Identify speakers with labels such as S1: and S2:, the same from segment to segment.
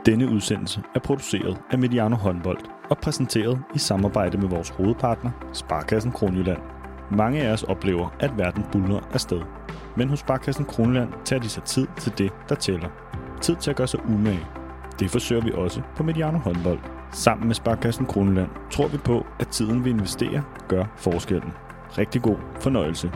S1: Denne udsendelse er produceret af Mediano Håndbold og præsenteret i samarbejde med vores hovedpartner, Sparekassen Kronjylland. Mange af os oplever, at verden buldrer afsted. Men hos Sparekassen Kronjylland tager de sig tid til det, der tæller. Tid til at gøre sig umage. Det forsøger vi også på Mediano Håndbold. Sammen med Sparekassen Kronjylland tror vi på, at tiden vi investerer gør forskellen. Rigtig god fornøjelse.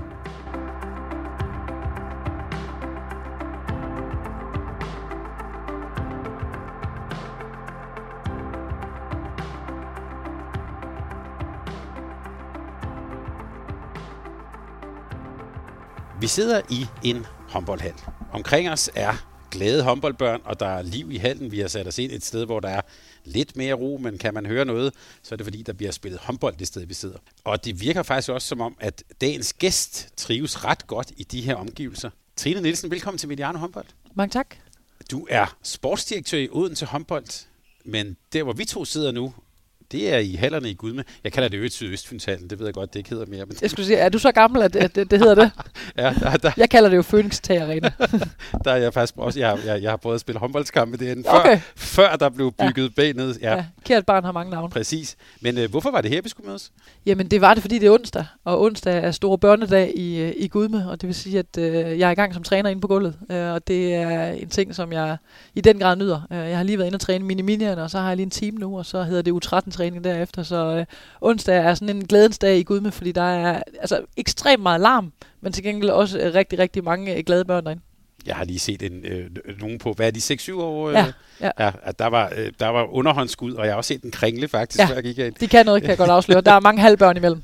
S2: Vi sidder i en håndboldhal. Omkring os er glade håndboldbørn, og der er liv i hallen. Vi har sat os ind et sted, hvor der er lidt mere ro, men kan man høre noget, så er det fordi, der bliver spillet håndbold det sted, vi sidder. Og det virker faktisk også som om, at dagens gæst trives ret godt i de her omgivelser. Trine Nielsen, velkommen til Mediano Håndbold.
S3: Mange tak. Du
S2: er sportsdirektør i Odense Håndbold, men der, hvor vi to sidder nu, det er i hallerne i Gudme. Jeg kalder det Sydøstfynshallen, det ved jeg godt, det ikke hedder mere. Men...
S3: Jeg skulle sige, er du så gammel, at det hedder det?
S2: Ja,
S3: jeg kalder det jo Phoenix Tag Arena.
S2: Der er jeg faktisk også, jeg har prøvet at spille håndboldskampe derinde,
S3: okay.
S2: før der blev bygget bagned.
S3: Ja, kært barn har mange navne.
S2: Præcis. Men hvorfor var det her, vi skulle mødes?
S3: Jamen, det var det, fordi det er onsdag, og onsdag er store børnedag i Gudme, og det vil sige, at jeg er i gang som træner inde på gulvet, og det er en ting, som jeg i den grad nyder. Jeg har lige været inde og træne mini-minierne, og så har jeg lige en time nu, og så hedder det U13-træning derefter, så onsdag er sådan en glædens dag i Gudme, fordi der er altså ekstremt meget larm, men til gengæld også rigtig, rigtig mange glade børn derinde.
S2: Jeg har lige set nogen på, hvad er de, 6-7 år?
S3: Ja.
S2: At der var underhåndsskud, og jeg har også set en kringle faktisk, før jeg gik ind.
S3: De kan noget, kan jeg godt afsløre. Der er mange halvbørn imellem.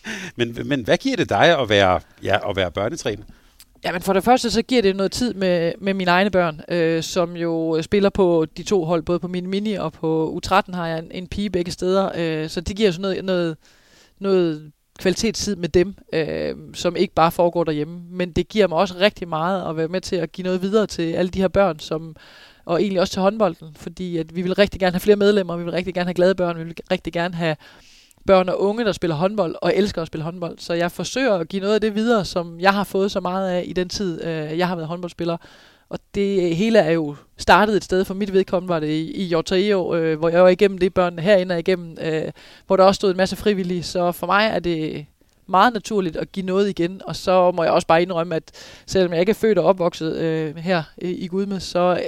S2: men hvad giver det dig at være børnetræner?
S3: Jamen for det første, så giver det noget tid med mine egne børn, som jo spiller på de to hold, både på mini og på U13 har jeg en pige begge steder, så det giver sådan noget kvalitetstid med dem, som ikke bare foregår derhjemme. Men det giver mig også rigtig meget at være med til at give noget videre til alle de her børn, og egentlig også til håndbolden, fordi at vi vil rigtig gerne have flere medlemmer, vi vil rigtig gerne have glade børn, vi vil rigtig gerne have børn og unge, der spiller håndbold og elsker at spille håndbold. Så jeg forsøger at give noget af det videre, som jeg har fået så meget af i den tid, jeg har været håndboldspiller. Og det hele er jo startet et sted, for mit vedkommende var det i Hjortøj, hvor jeg var igennem det, børnene herinde er igennem, hvor der også stod en masse frivillige. Så for mig er det meget naturligt at give noget igen, og så må jeg også bare indrømme, at selvom jeg ikke er født og opvokset her i Gudme,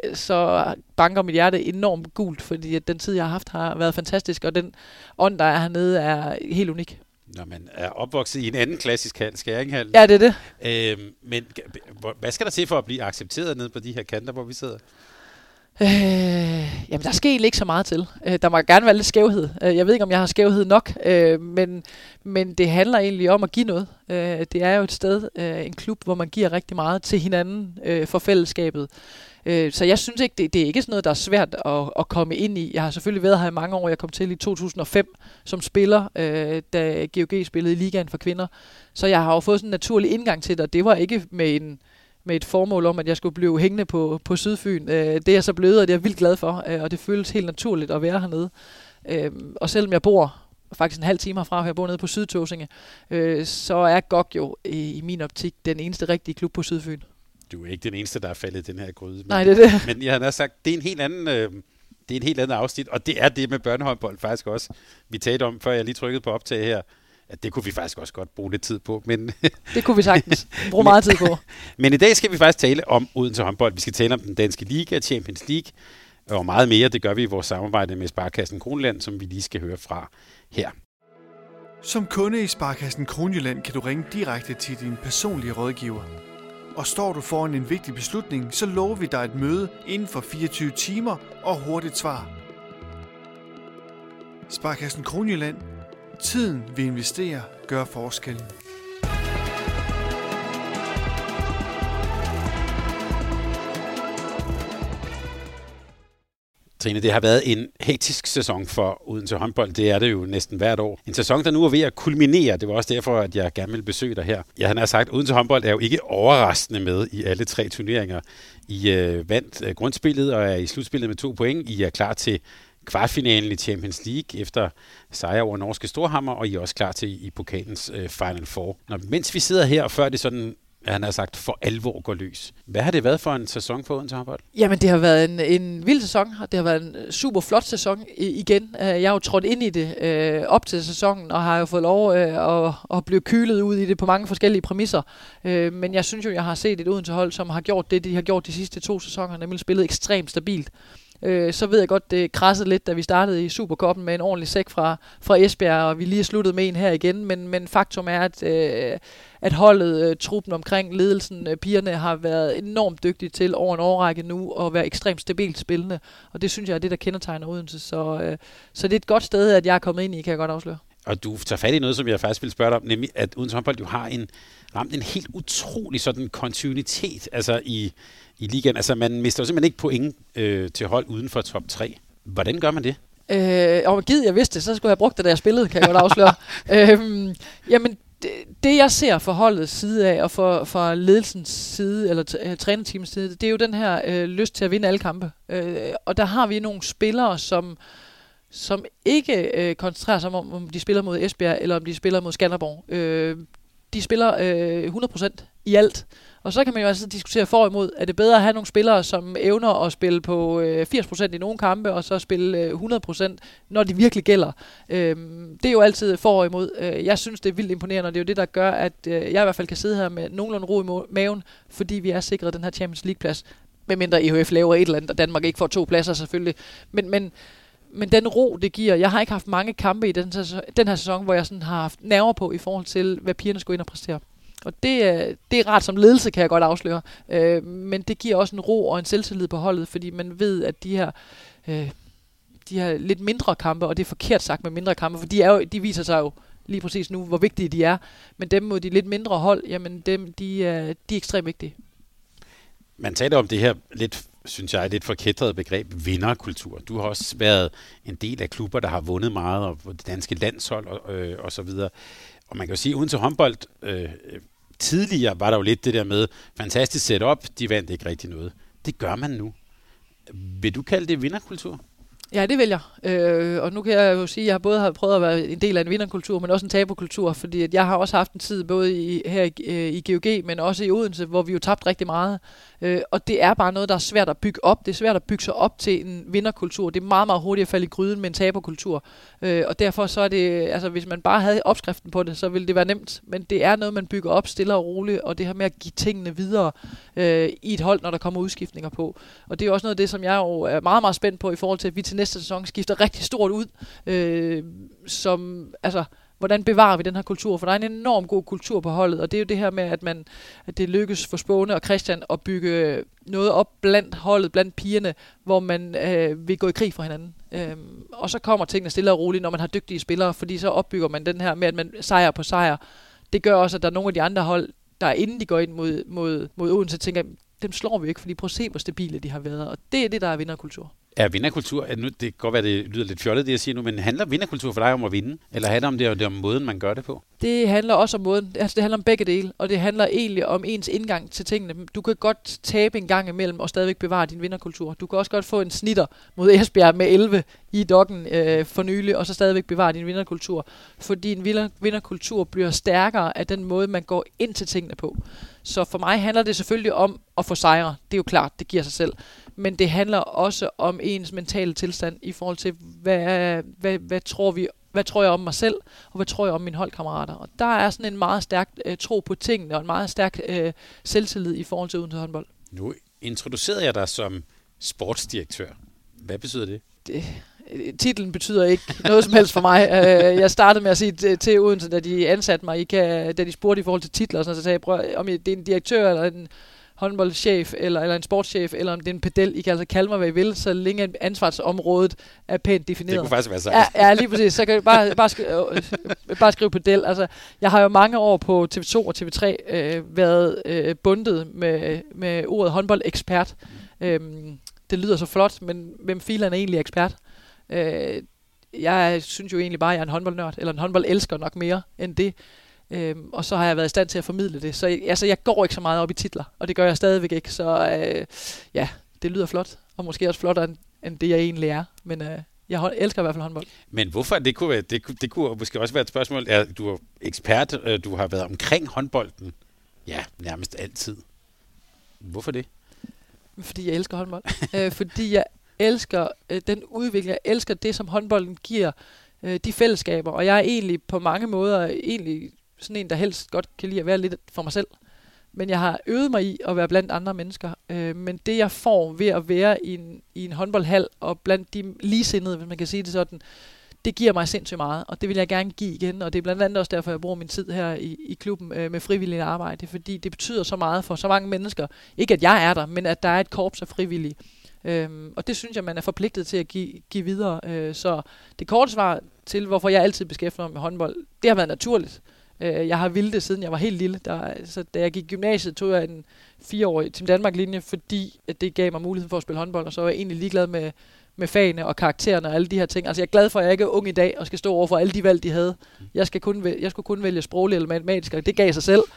S3: så banker mit hjerte enormt gult, fordi at den tid, jeg har haft, har været fantastisk, og den ånd, der er hernede, er helt unik.
S2: Når man er opvokset i en anden klassisk hal, Skæringhallen.
S3: Ja, det er det.
S2: Men hvad skal der til for at blive accepteret nede på de her kanter, hvor vi sidder?
S3: Jamen, der skal egentlig ikke så meget til. Der må gerne være lidt skævhed. Jeg ved ikke, om jeg har skævhed nok, men det handler egentlig om at give noget. Det er jo et sted, en klub, hvor man giver rigtig meget til hinanden for fællesskabet. Så jeg synes ikke, det er ikke sådan noget, der er svært at komme ind i. Jeg har selvfølgelig været her i mange år. Jeg kom til i 2005 som spiller, da GOG spillede i ligaen for kvinder. Så jeg har jo fået sådan en naturlig indgang til det, og det var ikke med et formål om, at jeg skulle blive hængende på Sydfyn. Det er jeg så blevet, og det er jeg vildt glad for, og det føles helt naturligt at være hernede. Og selvom jeg bor faktisk en halv time herfra, jeg bor nede på Sydtåsinge, så er GOG jo i min optik den eneste rigtige klub på Sydfyn.
S2: Du er ikke den eneste, der er faldet i den her gryde.
S3: Nej, det er det.
S2: Men jeg har sagt, det er en helt anden afsnit, og det er det med børnehåndbold faktisk også. Vi talte om, før jeg lige trykkede på optag her, at det kunne vi faktisk også godt bruge lidt tid på. Men
S3: det kunne vi sagtens bruge meget tid på.
S2: Men i dag skal vi faktisk tale om Odense Håndbold. Vi skal tale om den danske liga, Champions League og meget mere. Det gør vi i vores samarbejde med Sparekassen Kronjylland, som vi lige skal høre fra her.
S4: Som kunde i Sparekassen Kronjylland kan du ringe direkte til din personlige rådgiver. Og står du foran en vigtig beslutning, så lover vi dig et møde inden for 24 timer og hurtigt svar. Sparekassen Kronjylland. Tiden vi investerer gør forskellen.
S2: Trine, det har været en hektisk sæson for Odense Håndbold. Det er det jo næsten hvert år. En sæson, der nu er ved at kulminere. Det var også derfor, at jeg gerne vil besøge dig her. Jeg har sagt, at Odense Håndbold er jo ikke overraskende med i alle 3 turneringer. I vandt grundspillet og er i slutspillet med 2 point. I er klar til kvartfinalen i Champions League efter sejr over norske Storhamar, og I er også klar til i pokalens Final Four. Mens vi sidder her, og før det sådan han har sagt, for alvor går løs. Hvad har det været for en sæson for Odense håndbold?
S3: Jamen, det har været en vild sæson, og det har været en super flot sæson igen. Jeg har jo trådt ind i det op til sæsonen, og har jo fået lov at blive kylet ud i det på mange forskellige præmisser. Men jeg synes jo, jeg har set et Odense-hold, som har gjort det, de har gjort de sidste 2 sæsoner, nemlig spillet ekstremt stabilt. Så ved jeg godt, det krassede lidt, da vi startede i Supercuppen med en ordentlig sæk fra Esbjerg, og vi lige sluttede med en her igen. Men faktum er, at holdet, truppen omkring ledelsen, pigerne har været enormt dygtige til over en årrække nu at være ekstremt stabilt spillende. Og det synes jeg er det, der kendetegner Odense. Så det er et godt sted, at jeg er kommet ind i, kan jeg godt afsløre.
S2: Og du tager fat i noget, som jeg faktisk vil spørge dig om, nemlig at Odense håndbold jo har ramt en helt utrolig sådan kontinuitet altså i ligaen. Altså man mister jo simpelthen ikke point til hold uden for top 3. Hvordan gør man det?
S3: Og givet jeg vidste det, så skulle jeg have brugt det, da jeg spillede, kan jeg godt afsløre. Jamen, det jeg ser fra holdets side af, og fra ledelsens side, eller trænerteamets side, det er jo den her lyst til at vinde alle kampe. Og der har vi nogle spillere, som ikke koncentrerer sig om de spiller mod Esbjerg, eller om de spiller mod Skanderborg. De spiller 100% i alt. Og så kan man jo altså diskutere for og imod, er det bedre at have nogle spillere, som evner at spille på 80% i nogle kampe, og så spille 100%, når de virkelig gælder. Det er jo altid for og imod. Jeg synes, det er vildt imponerende, og det er jo det, der gør, at jeg i hvert fald kan sidde her med nogenlunde ro i maven, fordi vi er sikret den her Champions League-plads. Medmindre EHF laver et eller andet, og Danmark ikke får 2 pladser selvfølgelig. Men den ro, det giver, jeg har ikke haft mange kampe i den her sæson, hvor jeg sådan har haft nerver på i forhold til, hvad pigerne skulle ind og præstere. Og det er rart som ledelse, kan jeg godt afsløre. Men det giver også en ro og en selvtillid på holdet, fordi man ved, at de her lidt mindre kampe, og det er forkert sagt med mindre kampe, for de viser sig jo lige præcis nu, hvor vigtige de er. Men dem mod de lidt mindre hold, jamen de er ekstremt vigtige.
S2: Man taler om det her lidt, synes jeg, lidt forkætrede begreb, vinderkultur. Du har også været en del af klubber, der har vundet meget, og det danske landshold og så videre. Og man kan jo sige, uden til håndbold, tidligere var der jo lidt det der med, fantastisk setup, de vandt ikke rigtig noget. Det gør man nu. Vil du kalde det vinderkultur?
S3: Ja, det vil jeg. Og nu kan jeg jo sige, at jeg både har prøvet at være en del af en vinderkultur, men også en taberkultur, fordi at jeg har også haft en tid både her i GOG, men også i Odense, hvor vi jo tabte rigtig meget. Og det er bare noget, der er svært at bygge op. Det er svært at bygge sig op til en vinderkultur. Det er meget, meget hurtigt at falde i gryden med en taberkultur. Og derfor så er det, altså hvis man bare havde opskriften på det, så ville det være nemt. Men det er noget, man bygger op stille og roligt, og det her med at give tingene videre i et hold, når der kommer udskiftninger på. Og det er også noget af det, som jeg jo er meget, meget spændt på i forhold til, at vi til næste sæson skifter rigtig stort ud. Hvordan bevarer vi den her kultur? For der er en enorm god kultur på holdet, og det er jo det her med, at det lykkes for Spåne og Christian at bygge noget op blandt holdet, blandt pigerne, hvor man vil gå i krig for hinanden. Og så kommer tingene stille og roligt, når man har dygtige spillere, fordi så opbygger man den her med, at man sejr på sejr. Det gør også, at der er nogle af de andre hold, der inden de går ind mod Odense, tænker, dem slår vi ikke, fordi prøv at se, hvor stabile de har været. Og det er det, der er vinderkultur. Er
S2: vinderkultur, det kan godt være, det lyder lidt fjollet, det jeg siger nu, men handler vinderkultur for dig om at vinde? Eller handler det om måden, man gør det på?
S3: Det handler også om måden. Altså, det handler om begge dele, og det handler egentlig om ens indgang til tingene. Du kan godt tabe en gang imellem og stadigvæk bevare din vinderkultur. Du kan også godt få en snitter mod Esbjerg med 11 i dokken for nylig, og så stadigvæk bevare din vinderkultur. Fordi en vinderkultur bliver stærkere af den måde, man går ind til tingene på. Så for mig handler det selvfølgelig om at få sejre. Det er jo klart, det giver sig selv. Men det handler også om ens mentale tilstand i forhold til, hvad tror jeg om mig selv, og hvad tror jeg om mine holdkammerater. Og der er sådan en meget stærk tro på tingene, og en meget stærk selvtillid i forhold til Odense håndbold. Nu
S2: introducerede jeg dig som sportsdirektør. Hvad betyder det?
S3: Titlen betyder ikke noget som helst for mig. Jeg startede med at sige til Odense, da de ansatte mig, da de spurgte i forhold til titler, og så sagde jeg, om det er en direktør eller en håndboldchef, eller en sportschef, eller om det er en pedel, I kan altså kalde mig, hvad I vil, så længe ansvarsområdet er pænt defineret.
S2: Det kunne faktisk være sagt.
S3: Ja, lige præcis. Så kan jeg bare skrive pedel. Altså, jeg har jo mange år på TV2 og TV3 været bundet med ordet håndboldekspert. Det lyder så flot, men hvem filen er egentlig ekspert? Jeg synes jo egentlig bare, at jeg er en håndboldnørd, eller en håndboldelsker nok mere end det. Og så har jeg været i stand til at formidle det. Så jeg går ikke så meget op i titler, og det gør jeg stadigvæk ikke. Så det lyder flot, og måske også flottere end det jeg egentlig er. Men jeg elsker i hvert fald håndbold.
S2: Men hvorfor? Det kunne måske også være et spørgsmål. Du er ekspert, du har været omkring håndbolden Ja, nærmest altid. Hvorfor det?
S3: Fordi jeg elsker håndbold. Fordi jeg elsker den udvikling. Jeg elsker det, som håndbolden giver, de fællesskaber. Og jeg er egentlig på mange måder egentlig sådan en, der helst godt kan lide at være lidt for mig selv. Men jeg har øvet mig i at være blandt andre mennesker. Men det, jeg får ved at være i en håndboldhal og blandt de ligesindede, hvis man kan sige det sådan, det giver mig sindssygt meget, og det vil jeg gerne give igen. Og det er blandt andet også derfor, jeg bruger min tid her i klubben med frivilligt arbejde. Fordi det betyder så meget for så mange mennesker. Ikke at jeg er der, men at der er et korps af frivillige. Og det synes jeg, man er forpligtet til at give videre. Så det korte svar til, hvorfor jeg altid beskæftiger mig med håndbold, det har været naturligt. Jeg har vildt det, siden jeg var helt lille. Så da jeg gik i gymnasiet, tog jeg en 4-årig Team Danmark-linje, fordi at det gav mig mulighed for at spille håndbold, og så var jeg egentlig ligeglad med fagene og karaktererne og alle de her ting. Altså jeg er glad for, at jeg ikke er ung i dag og skal stå over for alle de valg, de havde. Jeg skulle kun vælge sproglig eller matematisk, og det gav sig selv.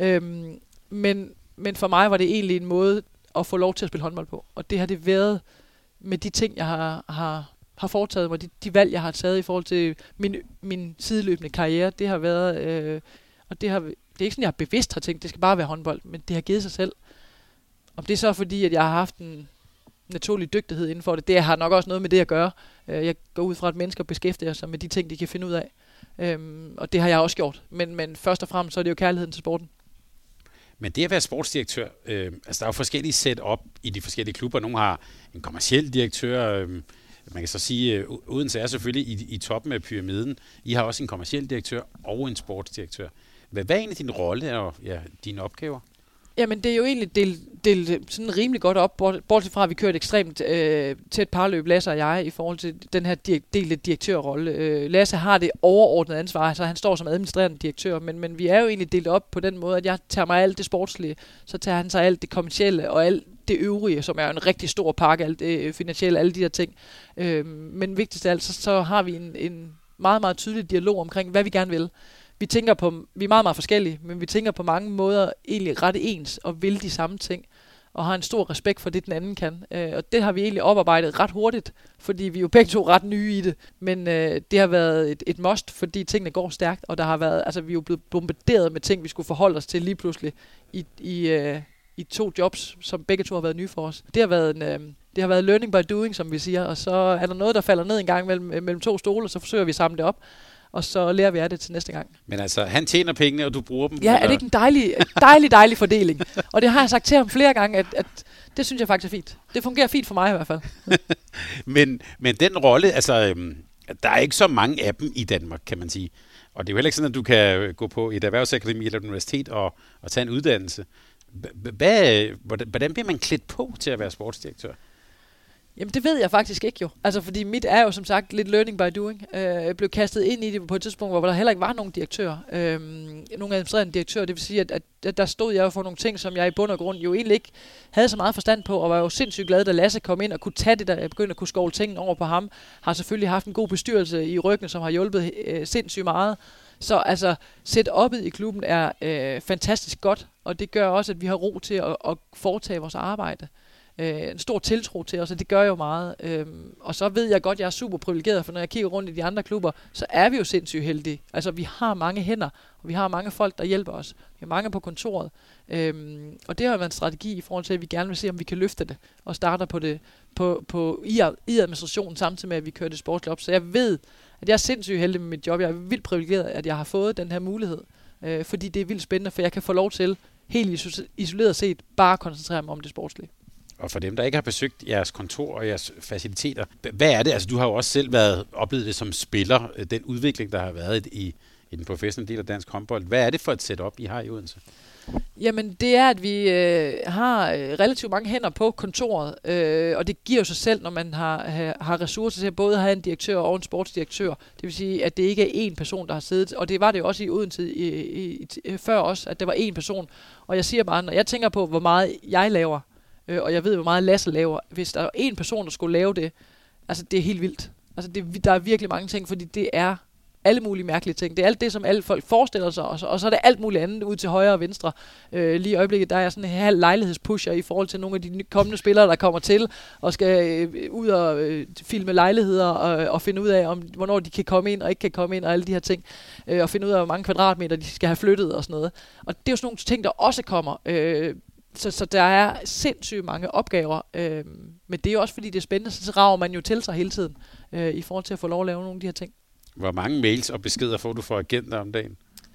S3: Men for mig var det egentlig en måde at få lov til at spille håndbold på. Og det har det været med de ting, jeg har foretaget mig, de valg, jeg har taget i forhold til min sideløbende karriere. Det har været, og det er ikke sådan, jeg bevidst har tænkt, det skal bare være håndbold, men det har givet sig selv. Om det er så fordi, at jeg har haft en naturlig dygtighed inden for det, det har nok også noget med det at gøre. Jeg går ud fra, at mennesker beskæftiger sig med de ting, de kan finde ud af. Og det har jeg også gjort. Men først og fremmest, så er det jo kærligheden til sporten.
S2: Men det at være sportsdirektør, altså der er jo forskellige setup i de forskellige klubber. Nogle har en kommerciel direktør, man kan så sige, Odense er selvfølgelig i toppen af pyramiden. I har også en kommerciel direktør og en sportsdirektør. Hvad er egentlig din rolle og dine opgaver?
S3: Jamen, det er jo egentlig delt sådan rimelig godt op, bortset fra, at vi kørte ekstremt tæt parløb, Lasse og jeg, i forhold til den her delte direktørrolle. Lasse har det overordnede ansvar, så han står som administrerende direktør, men vi er jo egentlig delt op på den måde, at jeg tager mig alt det sportslige, så tager han sig alt det kommercielle og alt det øvrige, som er en rigtig stor pakke, alt det finansielle, alle de her ting. Men vigtigst af alt, så har vi en meget, meget tydelig dialog omkring, hvad vi gerne vil. Vi er meget, meget forskellige, men vi tænker på mange måder egentlig ret ens og vil de samme ting, og har en stor respekt for det, den anden kan. Og det har vi egentlig oparbejdet ret hurtigt, fordi vi er jo begge to ret nye i det, men det har været et must, fordi tingene går stærkt, og der har været, altså vi er jo blevet bombarderet med ting, vi skulle forholde os til lige pludselig i 2 jobs, som begge to har været nye for os. Det har været learning by doing, som vi siger, og så er der noget, der falder ned en gang mellem 2 stole, og så forsøger vi at samle det op. Og så lærer vi af det til næste gang.
S2: Men altså, han tjener pengene, og du bruger dem?
S3: Ja, er det ikke en dejlig fordeling? Og det har jeg sagt til ham flere gange, at det synes jeg faktisk er fint. Det fungerer fint for mig i hvert fald.
S2: men den rolle, altså, der er ikke så mange af dem i Danmark, kan man sige. Og det er jo heller ikke sådan, at du kan gå på et erhvervsakademi eller et universitet og tage en uddannelse. Hvordan bliver man klædt på til at være sportsdirektør?
S3: Jamen det ved jeg faktisk ikke jo. Altså fordi mit er jo som sagt lidt learning by doing. Jeg blev kastet ind i det på et tidspunkt, hvor der heller ikke var nogen direktør. Nogen administrerende direktør. Det vil sige, at der stod jeg jo for nogle ting, som jeg i bund og grund jo egentlig ikke havde så meget forstand på, og var jo sindssygt glad, da Lasse kom ind og kunne tage det, der jeg begyndte at kunne skovle tingene over på ham. Har selvfølgelig haft en god bestyrelse i ryggen, som har hjulpet sindssygt meget. Så altså, setup'et i klubben er fantastisk godt, og det gør også, at vi har ro til at foretage vores arbejde. En stor tiltro til os, og det gør jo meget. Og så ved jeg godt, at jeg er super privilegeret, for når jeg kigger rundt i de andre klubber, så er vi jo sindssygt heldige. Altså, vi har mange hænder, og vi har mange folk, der hjælper os. Vi har mange på kontoret. Og det har været en strategi i forhold til, at vi gerne vil se, om vi kan løfte det, og starter på det i administrationen, samtidig med, at vi kører det sportsligt op. Så jeg ved, at jeg er sindssygt heldig med mit job. Jeg er vildt privilegeret, at jeg har fået den her mulighed, fordi det er vildt spændende, for jeg kan få lov til, helt isoleret set, bare at koncentrere mig om det sportslige.
S2: Og for dem, der ikke har besøgt jeres kontor og jeres faciliteter, hvad er det? Altså, du har jo også selv oplevet det som spiller, den udvikling, der har været i den professionelle del af dansk håndbold. Hvad er det for et setup, I har i Odense?
S3: Jamen, det er, at vi har relativt mange hænder på kontoret, og det giver jo sig selv, når man har ressourcer til at både have en direktør og en sportsdirektør. Det vil sige, at det ikke er én person, der har siddet, og det var det jo også i Odense før også, at der var én person. Og jeg siger bare, når jeg tænker på, hvor meget jeg laver, og jeg ved, hvor meget Lasse laver. Hvis der er en person, der skulle lave det, altså det er helt vildt. Altså der er virkelig mange ting, fordi det er alle mulige mærkelige ting. Det er alt det, som alle folk forestiller sig, og så er det alt muligt andet ud til højre og venstre. Lige i øjeblikket, der er sådan en halv lejlighedspusher i forhold til nogle af de kommende spillere, der kommer til, og skal ud og filme lejligheder, og finde ud af, hvornår de kan komme ind og ikke kan komme ind, og alle de her ting. Og finde ud af, hvor mange kvadratmeter de skal have flyttet og sådan noget. Og det er jo sådan nogle ting, der også kommer. Så der er sindssygt mange opgaver, men det er jo også fordi det er spændende, så rager man jo til sig hele tiden i forhold til at få lov at lave nogle af de her ting.
S2: Hvor mange mails og beskeder får du fra agenter om dagen?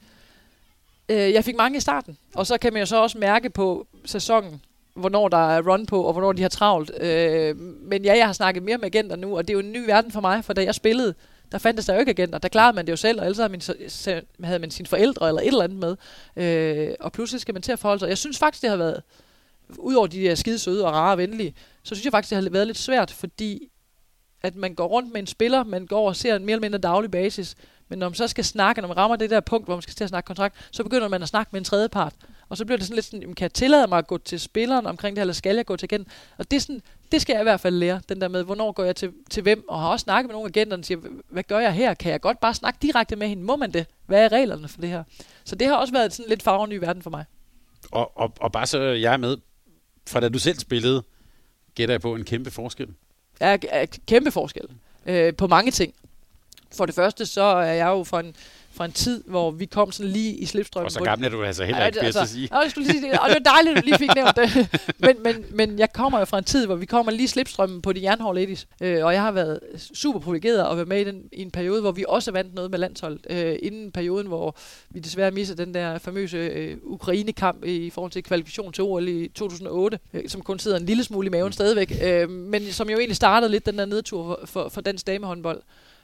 S3: Jeg fik mange i starten, og så kan man jo så også mærke på sæsonen, hvornår der er run på, og hvornår de har travlt. Men ja, jeg har snakket mere med agenter nu, og det er jo en ny verden for mig, for da jeg spillede, der fandtes der jo ikke agenter. Der klarede man det jo selv, og ellers havde man sine forældre eller et eller andet med. Og pludselig skal man til at forholde sig. Jeg synes faktisk, det har været, udover de der skide søde og rare og venlige, så synes jeg faktisk, det har været lidt svært, fordi at man går rundt med en spiller, man går og ser en mere eller mindre daglig basis, men når man så skal snakke, når man rammer det der punkt, hvor man skal til at snakke kontrakt, så begynder man at snakke med en tredje part. Og så bliver det sådan lidt sådan, kan jeg tillade mig at gå til spilleren omkring det her, eller skal jeg gå til agenten? Og det er sådan, det skal jeg i hvert fald lære, den der med, hvornår går jeg til hvem, og har også snakket med nogle agenter, og siger, hvad gør jeg her? Kan jeg godt bare snakke direkte med hende? Må man det? Hvad er reglerne for det her? Så det har også været sådan lidt farveny verden for mig.
S2: Og bare så jeg er med, fra da du selv spillede, gætter jeg på en kæmpe forskel.
S3: Ja, kæmpe forskel på mange ting. For det første, så er jeg jo fra en tid, hvor vi kom sådan lige i slipstrømmen.
S2: Og så gammel er du altså heller ikke bedst at sige.
S3: Jeg skulle lige sige det, og det var dejligt, at du lige fik nævnt det. men jeg kommer jo fra en tid, hvor vi kommer lige i slipstrømmen på de jernhårde ladies. Og jeg har været super privilegeret at være med i en periode, hvor vi også vandt noget med landsholdet. Inden perioden, hvor vi desværre missede den der famøse Ukraine-kamp i forhold til kvalifikation til OL i 2008, som kun sidder en lille smule i maven stadigvæk. Men som jo egentlig startede lidt den der nedtur for dansk damehåndbold.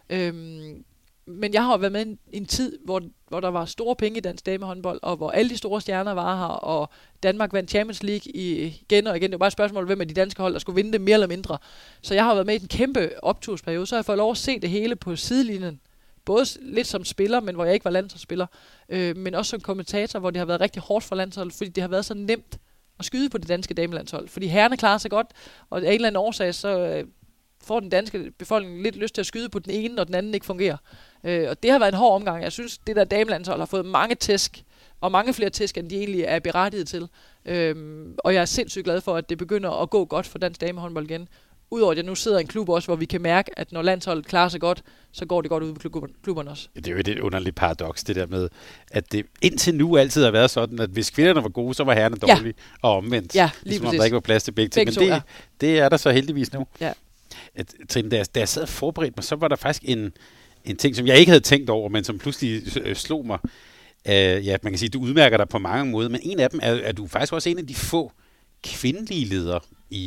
S3: Men jeg har været med i en tid, hvor der var store penge i dansk damehåndbold, og hvor alle de store stjerner var her, og Danmark vandt Champions League igen og igen. Det var bare et spørgsmål, hvem af de danske hold, der skulle vinde det mere eller mindre. Så jeg har været med i en kæmpe optursperiode, så har jeg fået lov at se det hele på sidelinjen. Både lidt som spiller, men hvor jeg ikke var landsholdsspiller, men også som kommentator, hvor det har været rigtig hårdt for landsholdet, fordi det har været så nemt at skyde på det danske damelandshold. Fordi herrerne klarer sig godt, og af en eller anden årsag, så får den danske befolkning lidt lyst til at skyde på den ene, når den anden ikke fungerer. Og det har været en hård omgang. Jeg synes, det der damelandshold har fået mange tæsk, og mange flere tæsk, end de egentlig er berettiget til. Og jeg er sindssygt glad for, at det begynder at gå godt for dansk damehåndbold igen. Udover at jeg nu sidder i en klub også, hvor vi kan mærke, at når landsholdet klarer sig godt, så går det godt ud på klubberne også.
S2: Det er jo et underligt paradoks, det der med, at det indtil nu altid har været sådan, at hvis kvinderne var gode, så var herrerne dårlige, og omvendt.
S3: Ja, lige
S2: ligesom om der ikke var plads til begge ting. Men det er der så heldigvis nu. Ja. Trine, da jeg sad og forberedte mig, så var der faktisk en ting, som jeg ikke havde tænkt over, men som pludselig slog mig. Ja, man kan sige, at du udmærker dig på mange måder, men en af dem er du faktisk også en af de få kvindelige ledere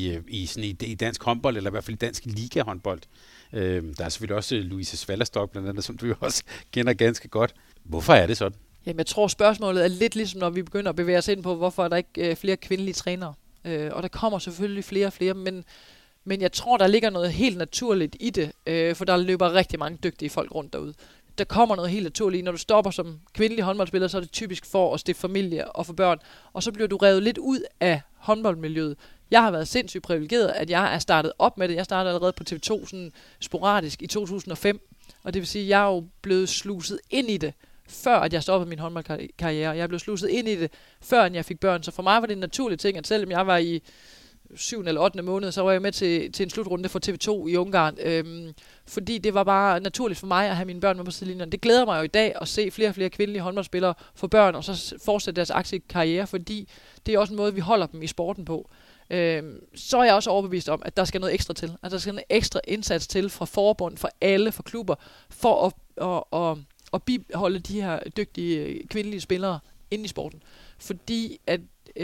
S2: i dansk håndbold, eller i hvert fald i dansk ligahåndbold. Der er selvfølgelig også Louise Svallerstok, blandt andet, som du jo også kender ganske godt. Hvorfor er det sådan?
S3: Jamen, jeg tror, spørgsmålet er lidt ligesom, når vi begynder at bevæge os ind på, hvorfor er der ikke flere kvindelige trænere. Og der kommer selvfølgelig flere og flere, men jeg tror, der ligger noget helt naturligt i det, for der løber rigtig mange dygtige folk rundt derude. Der kommer noget helt naturligt. Når du stopper som kvindelig håndboldspiller, så er det typisk for at stifte familie og få børn, og så bliver du revet lidt ud af håndboldmiljøet. Jeg har været sindssygt privilegeret, at jeg er startet op med det. Jeg startede allerede på TV2 sådan sporadisk i 2005, og det vil sige, at jeg er jo blevet sluset ind i det, før at jeg stoppede min håndboldkarriere. Jeg blev sluset ind i det, før jeg fik børn. Så for mig var det en naturlig ting, at selvom jeg var i 7. eller 8. måned, så var jeg med til en slutrunde for TV2 i Ungarn. Fordi det var bare naturligt for mig at have mine børn med på sidelinjen. Det glæder mig jo i dag at se flere og flere kvindelige håndboldspillere få børn, og så fortsætte deres aktive karriere, fordi det er også en måde, vi holder dem i sporten på. Så er jeg også overbevist om, at der skal noget ekstra til. Altså der skal noget ekstra indsats til fra forbund, fra alle, fra klubber, for at bibeholde de her dygtige kvindelige spillere inde i sporten. Fordi at,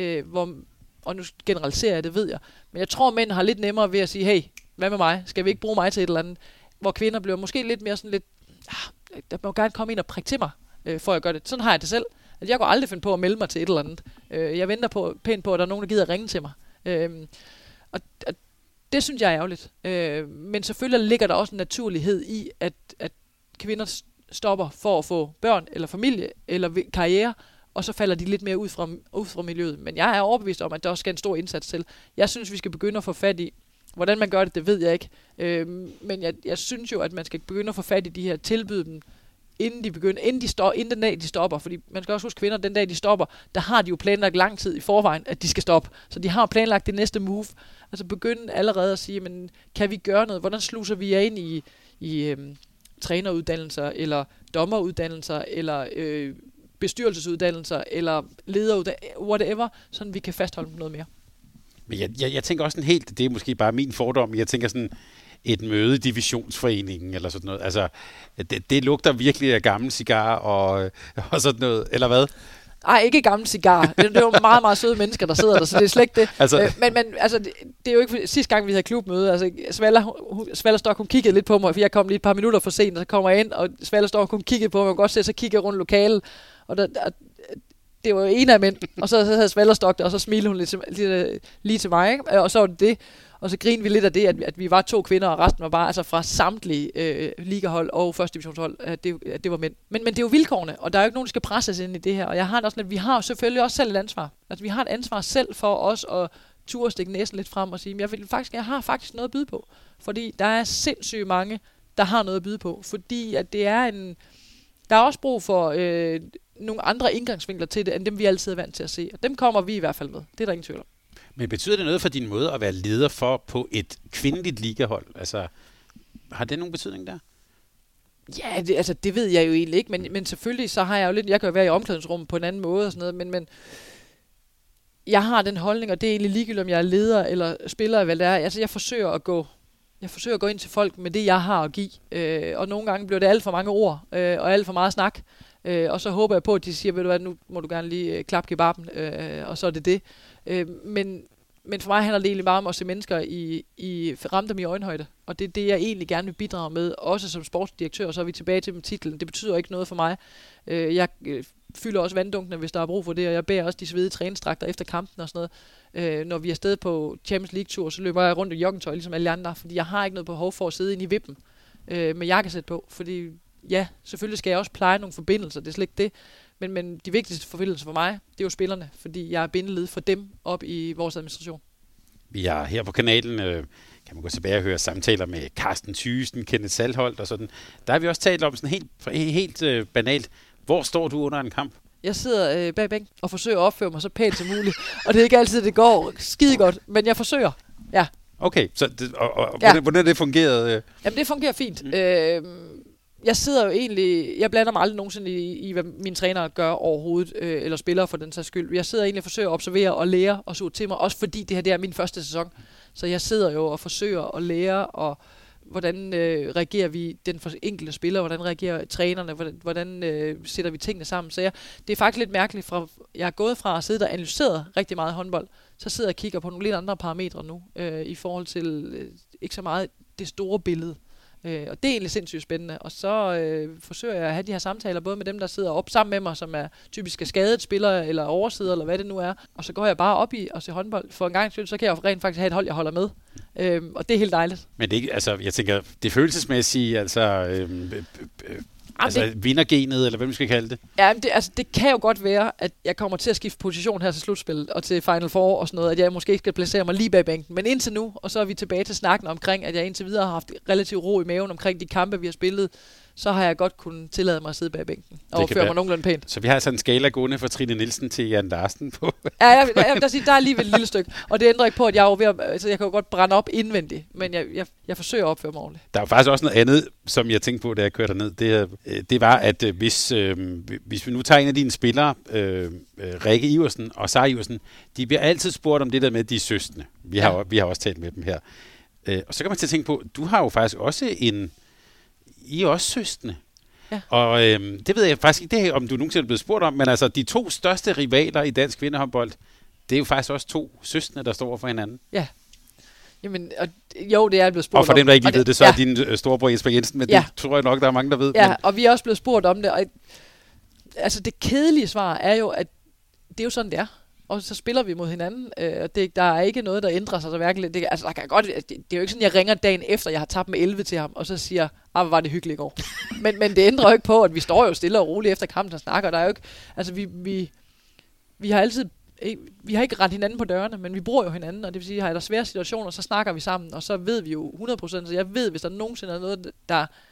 S3: og nu generaliserer jeg, det ved jeg, men jeg tror, mænd har lidt nemmere ved at sige, hey, hvad med mig? Skal vi ikke bruge mig til et eller andet? Hvor kvinder bliver måske lidt mere sådan lidt, der må gerne komme ind og prikke til mig, for at gøre det. Sådan har jeg det selv. Altså, jeg går aldrig finde på at melde mig til et eller andet. Jeg venter pænt på, at der er nogen, der gider ringe til mig. Og det synes jeg er ærgerligt. Men selvfølgelig ligger der også en naturlighed i, at kvinder stopper for at få børn, eller familie, eller karriere, og så falder de lidt mere ud fra miljøet. Men jeg er overbevist om, at der også skal en stor indsats til. Jeg synes, vi skal begynde at få fat i, hvordan man gør det ved jeg ikke. Men jeg synes jo, at man skal begynde at få fat i de her, tilbyde dem inden den dag, de stopper. Fordi man skal også huske, kvinder, den dag, de stopper, der har de jo planlagt lang tid i forvejen, at de skal stoppe. Så de har planlagt det næste move. Altså begynde allerede at sige, men kan vi gøre noget? Hvordan sluser vi jer ind i træneruddannelser, eller dommeruddannelser, eller bestyrelsesuddannelser, eller lederuddannelser, whatever, sådan vi kan fastholde noget mere.
S2: Men jeg tænker også det er måske bare min fordom, jeg tænker sådan, et møde i divisionsforeningen, eller sådan noget. Altså, det lugter virkelig af gammel cigar og sådan noget, eller hvad?
S3: Nej, ikke gammel cigar. Det er jo meget, meget søde mennesker, der sidder der, så det er slet ikke det. Altså. Men altså, det er jo ikke sidste gang, vi havde klubmøde. Altså, Svalderstok, hun kiggede lidt på mig, for jeg kom lige et par minutter for sent, og så kommer jeg ind, og Svalderstok, hun kiggede på mig, og godt se, så kigger jeg rundt lokalet, og det var jo en af mænd, og så havde Svalderstok der, og så smilede hun lige til mig, ikke? Og så var det. Og så grinede vi lidt af det, at vi var 2 kvinder, og resten var bare altså fra samtlige ligahold og første divisionshold, at det var mænd. Men det er jo vilkårene, og der er jo ikke nogen, der skal presses ind i det her. Og jeg har det også, at vi har selvfølgelig også selv et ansvar. Altså vi har et ansvar selv for os at turde stikke næsen lidt frem og sige, jeg har faktisk noget at byde på. Fordi der er sindssygt mange, der har noget at byde på. Fordi at det er der er også brug for nogle andre indgangsvinkler til det, end dem vi altid er vant til at se. Og dem kommer vi i hvert fald med. Det er der ingen tvivl om.
S2: Men betyder det noget for din måde at være leder for på et kvindeligt ligahold? Altså, har det nogen betydning der?
S3: Ja, det ved jeg jo egentlig ikke, men selvfølgelig så har jeg jo lidt, jeg kan jo være i omklædningsrummet på en anden måde og sådan noget, men jeg har den holdning, og det er egentlig ligegyldigt, om jeg er leder eller spiller, hvad det er. Altså, jeg forsøger at gå ind til folk med det, jeg har at give, og nogle gange bliver det alt for mange ord, og alt for meget snak, og så håber jeg på, at de siger, ved du hvad, nu må du gerne lige klappe kebaben, og så er det. Men for mig handler det egentlig bare om at se mennesker ramme dem i øjenhøjde. Og det er det, jeg egentlig gerne vil bidrage med, også som sportsdirektør, og så er vi tilbage til med titlen. Det betyder ikke noget for mig. Jeg fylder også vanddunkene, hvis der er brug for det, og jeg bærer også de svedige træningsdragter efter kampen og sådan noget. Når vi er afsted på Champions League-tur, så løber jeg rundt i joggingtøj, ligesom alle andre, fordi jeg har ikke noget behov for at sidde inde i vippen med jakkesæt på. Fordi ja, selvfølgelig skal jeg også pleje nogle forbindelser, det er slet ikke det. Men de vigtigste forbindelser for mig, det er jo spillerne, fordi jeg er bindeled for dem op i vores administration.
S2: Vi er her på kanalen, kan man gå tilbage og høre samtaler med Carsten Thyssen, Kenneth Salholt og sådan. Der har vi også talt om sådan helt banalt. Hvor står du under en kamp?
S3: Jeg sidder bag bænken og forsøger at opføre mig så pænt som muligt. Og det er ikke altid, det går skide godt, men jeg forsøger. Ja.
S2: Okay, så hvordan er det fungeret?
S3: Jamen, det fungerer fint. Jeg sidder jo egentlig, jeg blander mig aldrig nogensinde i hvad mine trænere gør overhovedet, eller spillere for den sags skyld. Jeg sidder egentlig og forsøger at observere og lære og suge til mig, også fordi det her det er min første sæson. Så jeg sidder jo og forsøger at lære, og hvordan reagerer vi den enkelte spiller, hvordan reagerer trænerne, hvordan sætter vi tingene sammen. Så det er faktisk lidt mærkeligt, jeg er gået fra at sidde og analyseret rigtig meget håndbold, så sidder jeg og kigger på nogle lidt andre parametre nu, i forhold til ikke så meget det store billede. Og det er egentlig sindssygt spændende. Og så forsøger jeg at have de her samtaler, både med dem, der sidder op sammen med mig, som er typisk skadet spillere, eller oversider, eller hvad det nu er. Og så går jeg bare op i og ser håndbold. For en gang skyld, så kan jeg jo rent faktisk have et hold, jeg holder med. Og det er helt dejligt.
S2: Men det er ikke, altså, jeg tænker, det følelsesmæssige, altså vindergenet, eller hvad man skal kalde det?
S3: Ja, det kan jo godt være, at jeg kommer til at skifte position her til slutspillet, og til Final Four og sådan noget, at jeg måske ikke skal placere mig lige bag bænken. Men indtil nu, og så er vi tilbage til snakken omkring, at jeg indtil videre har haft relativt ro i maven omkring de kampe, vi har spillet, så har jeg godt kunnet tillade mig at sidde bag bænken og opføre mig nogenlunde pænt.
S2: Så vi har sådan en skala gående fra Trine Nielsen til Jan Larsen på.
S3: Ja, der er lige et lille stykke. Og det ændrer ikke på, at jeg er ved jeg kan jo godt brænde op indvendigt, men jeg forsøger at opføre mig ordentligt. Der
S2: er jo faktisk også noget andet, som jeg tænkte på, da jeg kørte ned. Det var, at hvis vi nu tager en af dine spillere, Rikke Iversen og Sara Iversen, de bliver altid spurgt om det der med de søskende. Vi har også talt med dem her. Og så kan man til at tænke på, du har jo faktisk også I er også søskende. Ja. Og det ved jeg faktisk ikke, om du nogensinde er blevet spurgt om, men altså de 2 største rivaler i dansk kvindehåndbold, det er jo faktisk også 2 søskende, der står for hinanden. Ja.
S3: Jamen, jo, det er blevet spurgt om.
S2: Og for dem, der ikke lige ved det, så er din storebror Jesper Jensen, men det tror jeg nok, der er mange, der ved.
S3: Ja, og vi er også blevet spurgt om det. Og, altså det kedelige svar er jo, at det er jo sådan, det er. Og så spiller vi mod hinanden. Der er ikke noget, der ændrer sig så virkelig. Det er jo ikke sådan, jeg ringer dagen efter, jeg har tabt med 11 til ham, og så siger, hvor var det hyggeligt i går. men det ændrer jo ikke på, at vi står jo stille og roligt efter kampen og snakker. Der er jo ikke, altså vi har altid, vi har ikke rendt hinanden på dørene, men vi bruger jo hinanden, og det vil sige, at der er svære situationer, så snakker vi sammen, og så ved vi jo 100%, så jeg ved, hvis der nogensinde er noget, der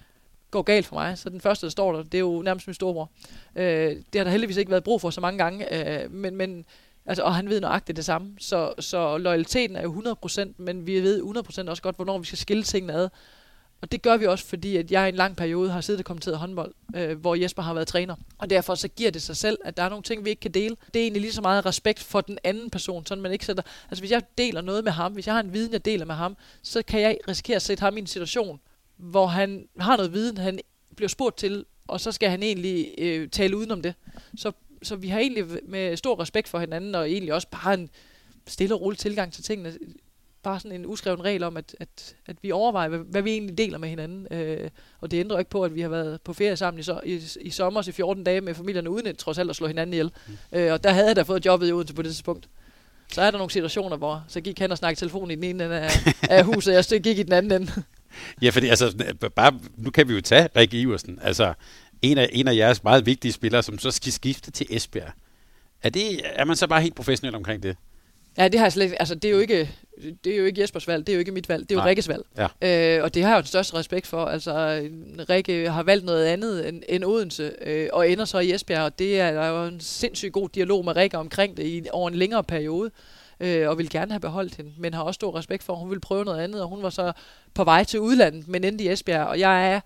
S3: går galt for mig. Så den første, der står der, det er jo nærmest min storebror. Det har der heldigvis ikke været brug for så mange gange, men altså, og han ved nøjagtigt det samme. Så loyaliteten er jo 100%, men vi ved 100% også godt, hvornår vi skal skille tingene ad. Og det gør vi også, fordi at jeg i en lang periode har siddet og kommenteret håndbold, hvor Jesper har været træner. Og derfor så giver det sig selv, at der er nogle ting, vi ikke kan dele. Det er egentlig lige så meget respekt for den anden person, sådan man ikke sætter... Altså hvis jeg deler noget med ham, hvis jeg har en viden, jeg deler med ham, så kan jeg risikere at sætte ham i en situation, hvor han har noget viden, han bliver spurgt til, og så skal han egentlig tale udenom det. Så vi har egentlig med stor respekt for hinanden, og egentlig også bare en stille og rolig tilgang til tingene. Bare sådan en uskreven regel om, at vi overvejer, hvad vi egentlig deler med hinanden. Og det ændrer ikke på, at vi har været på ferie sammen i sommer i 14 dage med familierne, uden trods alt at slå hinanden ihjel. Og der havde jeg da fået jobbet i Odense på det tidspunkt. Så er der nogle situationer, hvor så gik han og snakkede telefon i den ene ende af huset, og jeg gik i den anden ende.
S2: Ja, fordi altså, bare, nu kan vi jo tage Rikke Iversen. Altså, en af jeres meget vigtige spillere, som så skal skifte til Esbjerg. Er man så bare helt professionel omkring det?
S3: Ja, det har jeg slet ikke. Altså, det er jo ikke Jespers valg, det er jo ikke mit valg, det er jo Rikkes valg. Ja. Og det har jeg jo den største respekt for. Altså, Rikke har valgt noget andet end Odense, og ender så i Esbjerg, og det er jo en sindssygt god dialog med Rikke omkring det over en længere periode, og vil gerne have beholdt hende, men har også stor respekt for, at hun ville prøve noget andet, og hun var så på vej til udlandet, men endte i Esbjerg, og jeg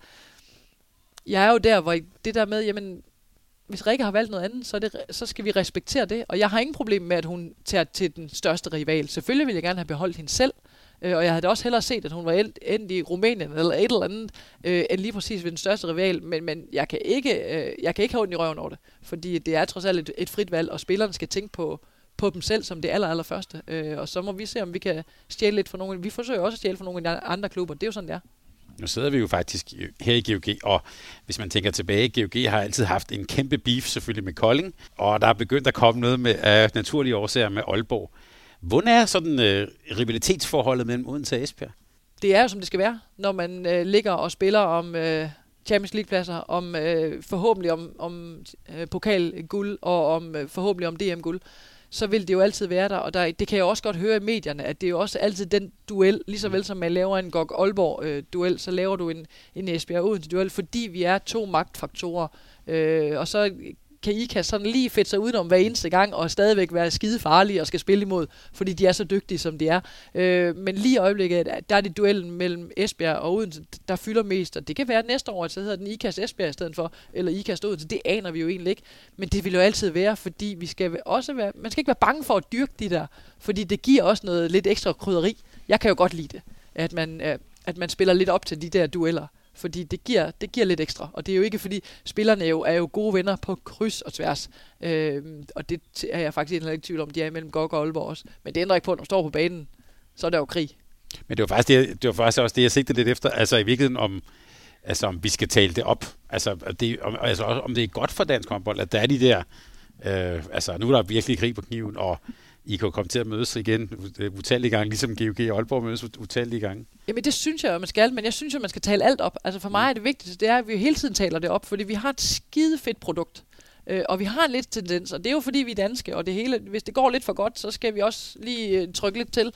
S3: er jo der, hvor det der med, jamen, hvis Rikke har valgt noget andet, så skal vi respektere det. Og jeg har ingen problem med, at hun tager til den største rival. Selvfølgelig vil jeg gerne have beholdt hende selv. Og jeg havde også hellere set, at hun var endt i Rumænien eller et eller andet, end lige præcis ved den største rival. Men jeg kan ikke have ondt i røven over det. Fordi det er trods alt et frit valg, og spillerne skal tænke på dem selv som det allerførste. Og så må vi se, om vi kan stjæle lidt for nogen. Vi forsøger også at stjæle for nogle andre klubber. Det er jo sådan, det er.
S2: Nu sidder vi jo faktisk her i GOG, og hvis man tænker tilbage, GOG har altid haft en kæmpe beef selvfølgelig med Kolding, og der er begyndt at komme noget med af naturlige årsager med Aalborg. Hvordan er sådan rivalitetsforholdet mellem Odense og Esbjerg?
S3: Det er jo som det skal være, når man ligger og spiller om Champions League-pladser, om forhåbentlig om pokalguld og om forhåbentlig om DM-guld. Så vil det jo altid være der, og det kan jeg også godt høre i medierne, at det er jo også altid den duel, lige så vel som man laver en GOG-Aalborg-duel, så laver du en Esbjerg-Odense-duel, fordi vi er to magtfaktorer, og så kan IKAST sådan lige fedte sig udenom hver eneste gang, og stadigvæk være skide farlige og skal spille imod, fordi de er så dygtige, som de er. Men lige i øjeblikket, der er det duellen mellem Esbjerg og Odense, der fylder mest, og det kan være næste år, så hedder den IKAST Esbjerg i stedet for, eller IKAST Odense, det aner vi jo egentlig ikke, men det vil jo altid være, fordi vi skal også være, man skal ikke være bange for at dyrke de der, fordi det giver også noget lidt ekstra krydderi. Jeg kan jo godt lide det, at man spiller lidt op til de der dueller. Fordi det giver lidt ekstra, og det er jo ikke fordi spillerne er jo gode venner på kryds og tværs, og det er jeg faktisk heller ikke i tvivl om, de er imellem GOG og Aalborg også. Men det ændrer ikke på, at når du står på banen, så er der jo krig. Men
S2: det var faktisk også det, jeg sigtede lidt efter, altså i virkeligheden om vi skal tale det op, om det er godt for dansk håndbold, at der er de der, nu er der virkelig krig på kniven, og I kan jo komme til at mødes igen utallige gange, ligesom GOG og Aalborg mødes utallige gange. Jamen
S3: det synes jeg, man skal, men jeg synes jo, man skal tale alt op. Altså for mig er det vigtigste, det er, at vi hele tiden taler det op, fordi vi har et skide fedt produkt. Og vi har en lidt tendens, og det er jo fordi, vi er danske, og det hele, hvis det går lidt for godt, så skal vi også lige trykke lidt til.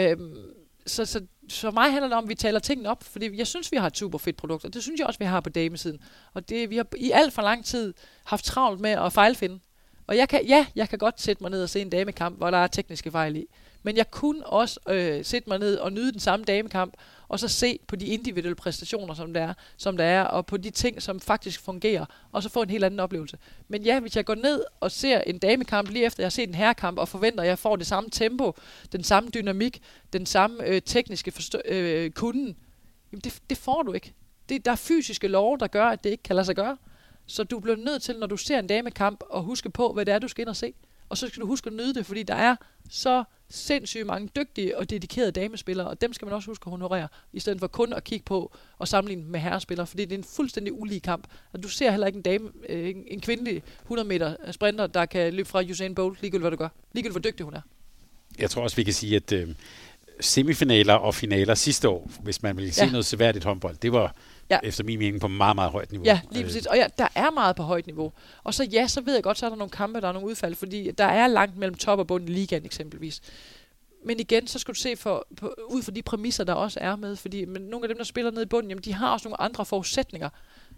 S3: Så for mig handler det om, at vi taler tingene op, fordi jeg synes, vi har et super fedt produkt, og det synes jeg også, vi har på damesiden. Og vi har i alt for lang tid haft travlt med at fejlfinde. Og jeg kan godt sætte mig ned og se en damekamp, hvor der er tekniske fejl i. Men jeg kunne også sætte mig ned og nyde den samme damekamp, og så se på de individuelle præstationer, som der er, og på de ting, som faktisk fungerer, og så få en helt anden oplevelse. Men ja, hvis jeg går ned og ser en damekamp lige efter, jeg har set en herrekamp, og forventer, at jeg får det samme tempo, den samme dynamik, den samme tekniske kunden, jamen det får du ikke. Der er fysiske love, der gør, at det ikke kan lade sig gøre. Så du bliver nødt til, når du ser en damekamp, at huske på, hvad det er, du skal ind og se. Og så skal du huske at nyde det, fordi der er så sindssygt mange dygtige og dedikerede damespillere, og dem skal man også huske at honorere, i stedet for kun at kigge på og sammenligne med herrespillere, fordi det er en fuldstændig ulige kamp. Og du ser heller ikke en kvindelig 100 meter sprinter, der kan løbe fra Usain Bolt, ligegyldigt hvad du gør. Ligegyldigt hvor dygtig hun er.
S2: Jeg tror også, vi kan sige, at semifinaler og finaler sidste år, hvis man vil se noget seværdigt håndbold, det var efter min mening på meget, meget højt niveau.
S3: Ja, lige præcis. Og der er meget på højt niveau. Og så ved jeg godt, så er der nogle kampe, der er nogle udfald, fordi der er langt mellem top og bund i ligaen eksempelvis. Men igen, så skal du se ud for de præmisser, der også er med, fordi nogle af dem, der spiller nede i bunden, jamen, de har også nogle andre forudsætninger.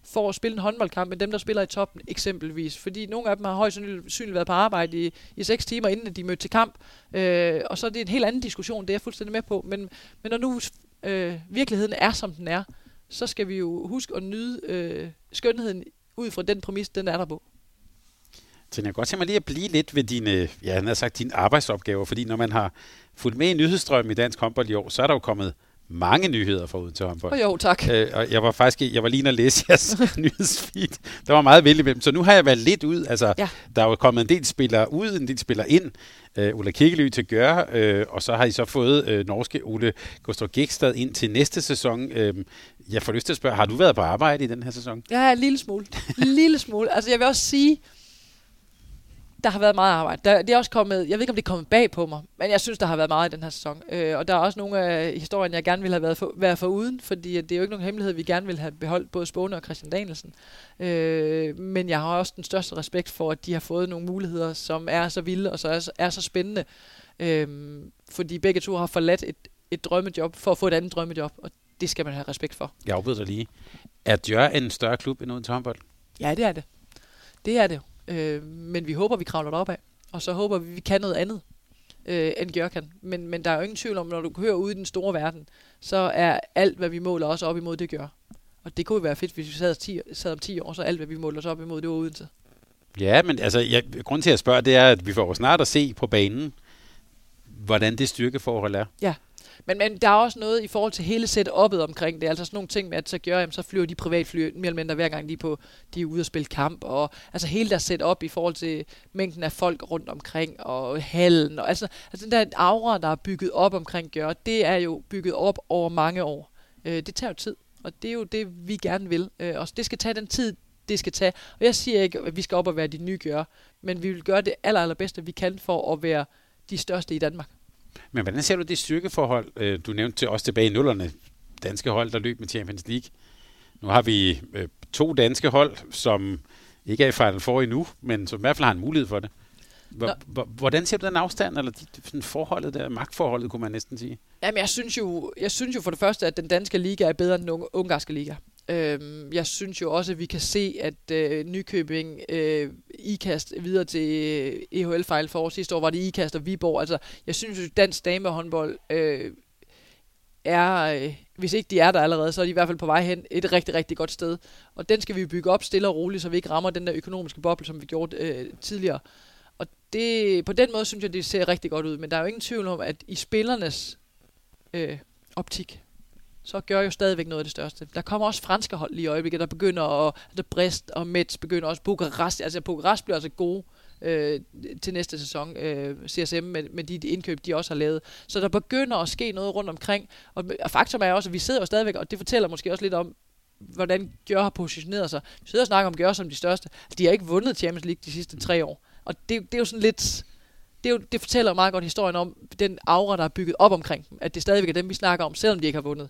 S3: for at spille en håndboldkamp, end dem, der spiller i toppen eksempelvis. Fordi nogle af dem har højst sandsynligt været på arbejde i 6 timer, inden de mødte til kamp. Og så er det en helt anden diskussion, det er jeg fuldstændig med på. Men når nu virkeligheden er, som den er, så skal vi jo huske at nyde skønheden ud fra den præmis, den er der på.
S2: Så jeg kan godt tænke mig lige at blive lidt ved dine arbejdsopgaver, fordi når man har fulgt med i nyhedsstrømmen i dansk håndbold i år, så er der jo kommet mange nyheder fra Odense Håndbold.
S3: Jo, tak.
S2: Og jeg var lige inde og læse jeres nyhedsfeed. Der var meget vældig med dem. Så nu har jeg været lidt ud. Altså, der er jo kommet en del spillere ud, en del spillere ind. Ulla Kirkely til Gør, og så har I så fået norske Ole Gustav Gekstad ind til næste sæson. Jeg får lyst til at spørge, har du været på arbejde i den her sæson?
S3: Ja, en lille smule. lille smule. Altså, jeg vil også sige, der har været meget arbejde. Det er også kommet, jeg ved ikke, om det er kommet bag på mig, men jeg synes, der har været meget i den her sæson. Og der er også nogle af historien, jeg gerne ville have været foruden, fordi det er jo ikke nogen hemmelighed, vi gerne vil have beholdt både Spåne og Christian Danielsen. Men jeg har også den største respekt for, at de har fået nogle muligheder, som er så vilde og så er så spændende. Fordi begge to har forladt et drømmejob for at få et andet drømmejob, og det skal man have respekt for.
S2: Jeg afbryder dig lige. Er Djør en større klub end Odense Håndbold?
S3: Ja, det er det. Det er det. Men vi håber, vi kravler derop af. Og så håber vi kan noget andet, end Gjør kan. Men der er jo ingen tvivl om, når du hører ude i den store verden, så er alt, hvad vi måler os op imod, det Gjør. Og det kunne jo være fedt, hvis vi sad om 10 år, så alt, hvad vi måler os op imod, det var Odense. Ja,
S2: men altså, grunden til at spørge, det er, at vi får snart at se på banen, hvordan det styrkeforhold er.
S3: Ja. Men der er også noget i forhold til hele setup'et omkring det. Altså sådan nogle ting med, at så flyver de privatfly mere eller mindre hver gang de er ude og spille kamp. Og altså hele deres setup i forhold til mængden af folk rundt omkring og hallen. Og altså den der aura, der er bygget op omkring Gør, det er jo bygget op over mange år. Det tager jo tid, og det er jo det, vi gerne vil. Og det skal tage den tid, det skal tage. Og jeg siger ikke, at vi skal op og være de nye Gør, men vi vil gøre det allerbedste, vi kan for at være de største i Danmark.
S2: Men hvordan ser du det styrkeforhold? Du nævnte til os tilbage i nullerne, danske hold, der løb med Champions League. Nu har vi 2 danske hold, som ikke er i Final Four endnu, men som i hvert fald har en mulighed for det. Hvordan ser du den afstand, eller forholdet der, magtforholdet, kunne man næsten sige? Jamen,
S3: jeg synes jo for det første, at den danske liga er bedre end den ungarske liga. Jeg synes jo også, at vi kan se, at Nykøbing IKAST videre til EHL Final Four. Sidste år var det IKAST og Viborg. Altså, jeg synes jo, at dansk damehåndbold er, hvis ikke de er der allerede, så er de i hvert fald på vej hen et rigtig, rigtig godt sted. Og den skal vi bygge op stille og roligt, så vi ikke rammer den der økonomiske boble, som vi gjorde tidligere. Og på den måde synes jeg, det ser rigtig godt ud. Men der er jo ingen tvivl om, at i spillernes optik, så gør jo stadigvæk noget af det største. Der kommer også franske hold lige i øjeblikket, der begynder at Brest og Metz begynder også Bukarest. Altså Bukarest bliver altså gode til næste sæson, CSM med de indkøb, de også har lavet. Så der begynder at ske noget rundt omkring. Og faktum er også, at vi sidder jo stadigvæk, og det fortæller måske også lidt om, hvordan Gør har positioneret sig. Vi sidder og snakker om Gør som de største. De har ikke vundet Champions League de sidste 3 år. Og det er jo sådan lidt... Det fortæller meget godt historien om den aura, der er bygget op omkring dem. At det stadigvæk er dem, vi snakker om, selvom de ikke har vundet.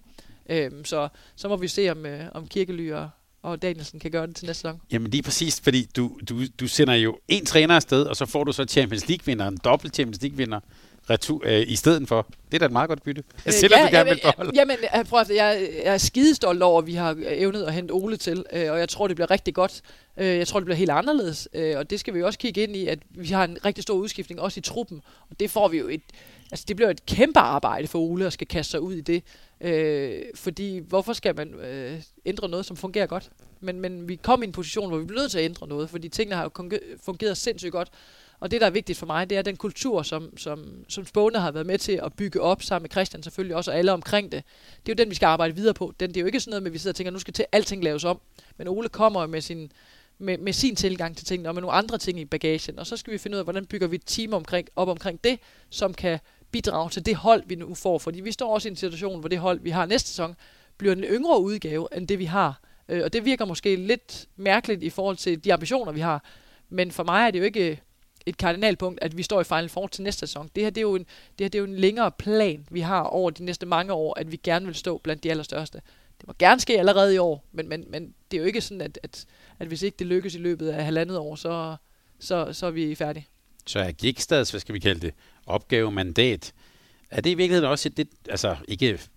S3: Så må vi se, om Kirkely og Danielsen kan gøre det til næste sæson.
S2: Jamen lige præcis, fordi du sender jo en træner afsted, og så får du så Champions League-vinder, en dobbelt Champions League-vinder i stedet for. Det er da et meget godt bytte. Selvom du gerne vil beholde.
S3: Jamen, jeg er skidestolt over, at vi har evnet at hente Ole til, og jeg tror, det bliver rigtig godt. Jeg tror, det bliver helt anderledes, og det skal vi jo også kigge ind i, at vi har en rigtig stor udskiftning, også i truppen, og det får vi jo det bliver et kæmpe arbejde for Ole at skal kaste sig ud i det, fordi hvorfor skal man ændre noget, som fungerer godt? Men vi kom i en position, hvor vi bliver nødt til at ændre noget, fordi tingene har jo fungeret sindssygt godt. Og det, der er vigtigt for mig, det er den kultur, som Spåne har været med til at bygge op, sammen med Christian selvfølgelig også, og alle omkring det. Det er jo den, vi skal arbejde videre på. Det er jo ikke sådan noget med, at vi sidder og tænker, at nu skal alting laves om. Men Ole kommer med sin tilgang til tingene, og med nogle andre ting i bagagen. Og så skal vi finde ud af, hvordan bygger vi et team op omkring det, som kan bidrage til det hold, vi nu får. Fordi vi står også i en situation, hvor det hold, vi har næste sæson, bliver en yngre udgave, end det vi har. Og det virker måske lidt mærkeligt i forhold til de ambitioner, vi har. Men for mig er det jo ikke et kardinalpunkt, at vi står i Final Four til næste sæson. Det her det er jo en længere plan, vi har over de næste mange år, at vi gerne vil stå blandt de allerstørste. Det må gerne ske allerede i år, men det er jo ikke sådan, at hvis ikke det lykkes i løbet af 1,5 år, så er vi færdige.
S2: Så er Gekstads, hvad skal vi kalde det, opgave, mandat, er det i virkeligheden også ikke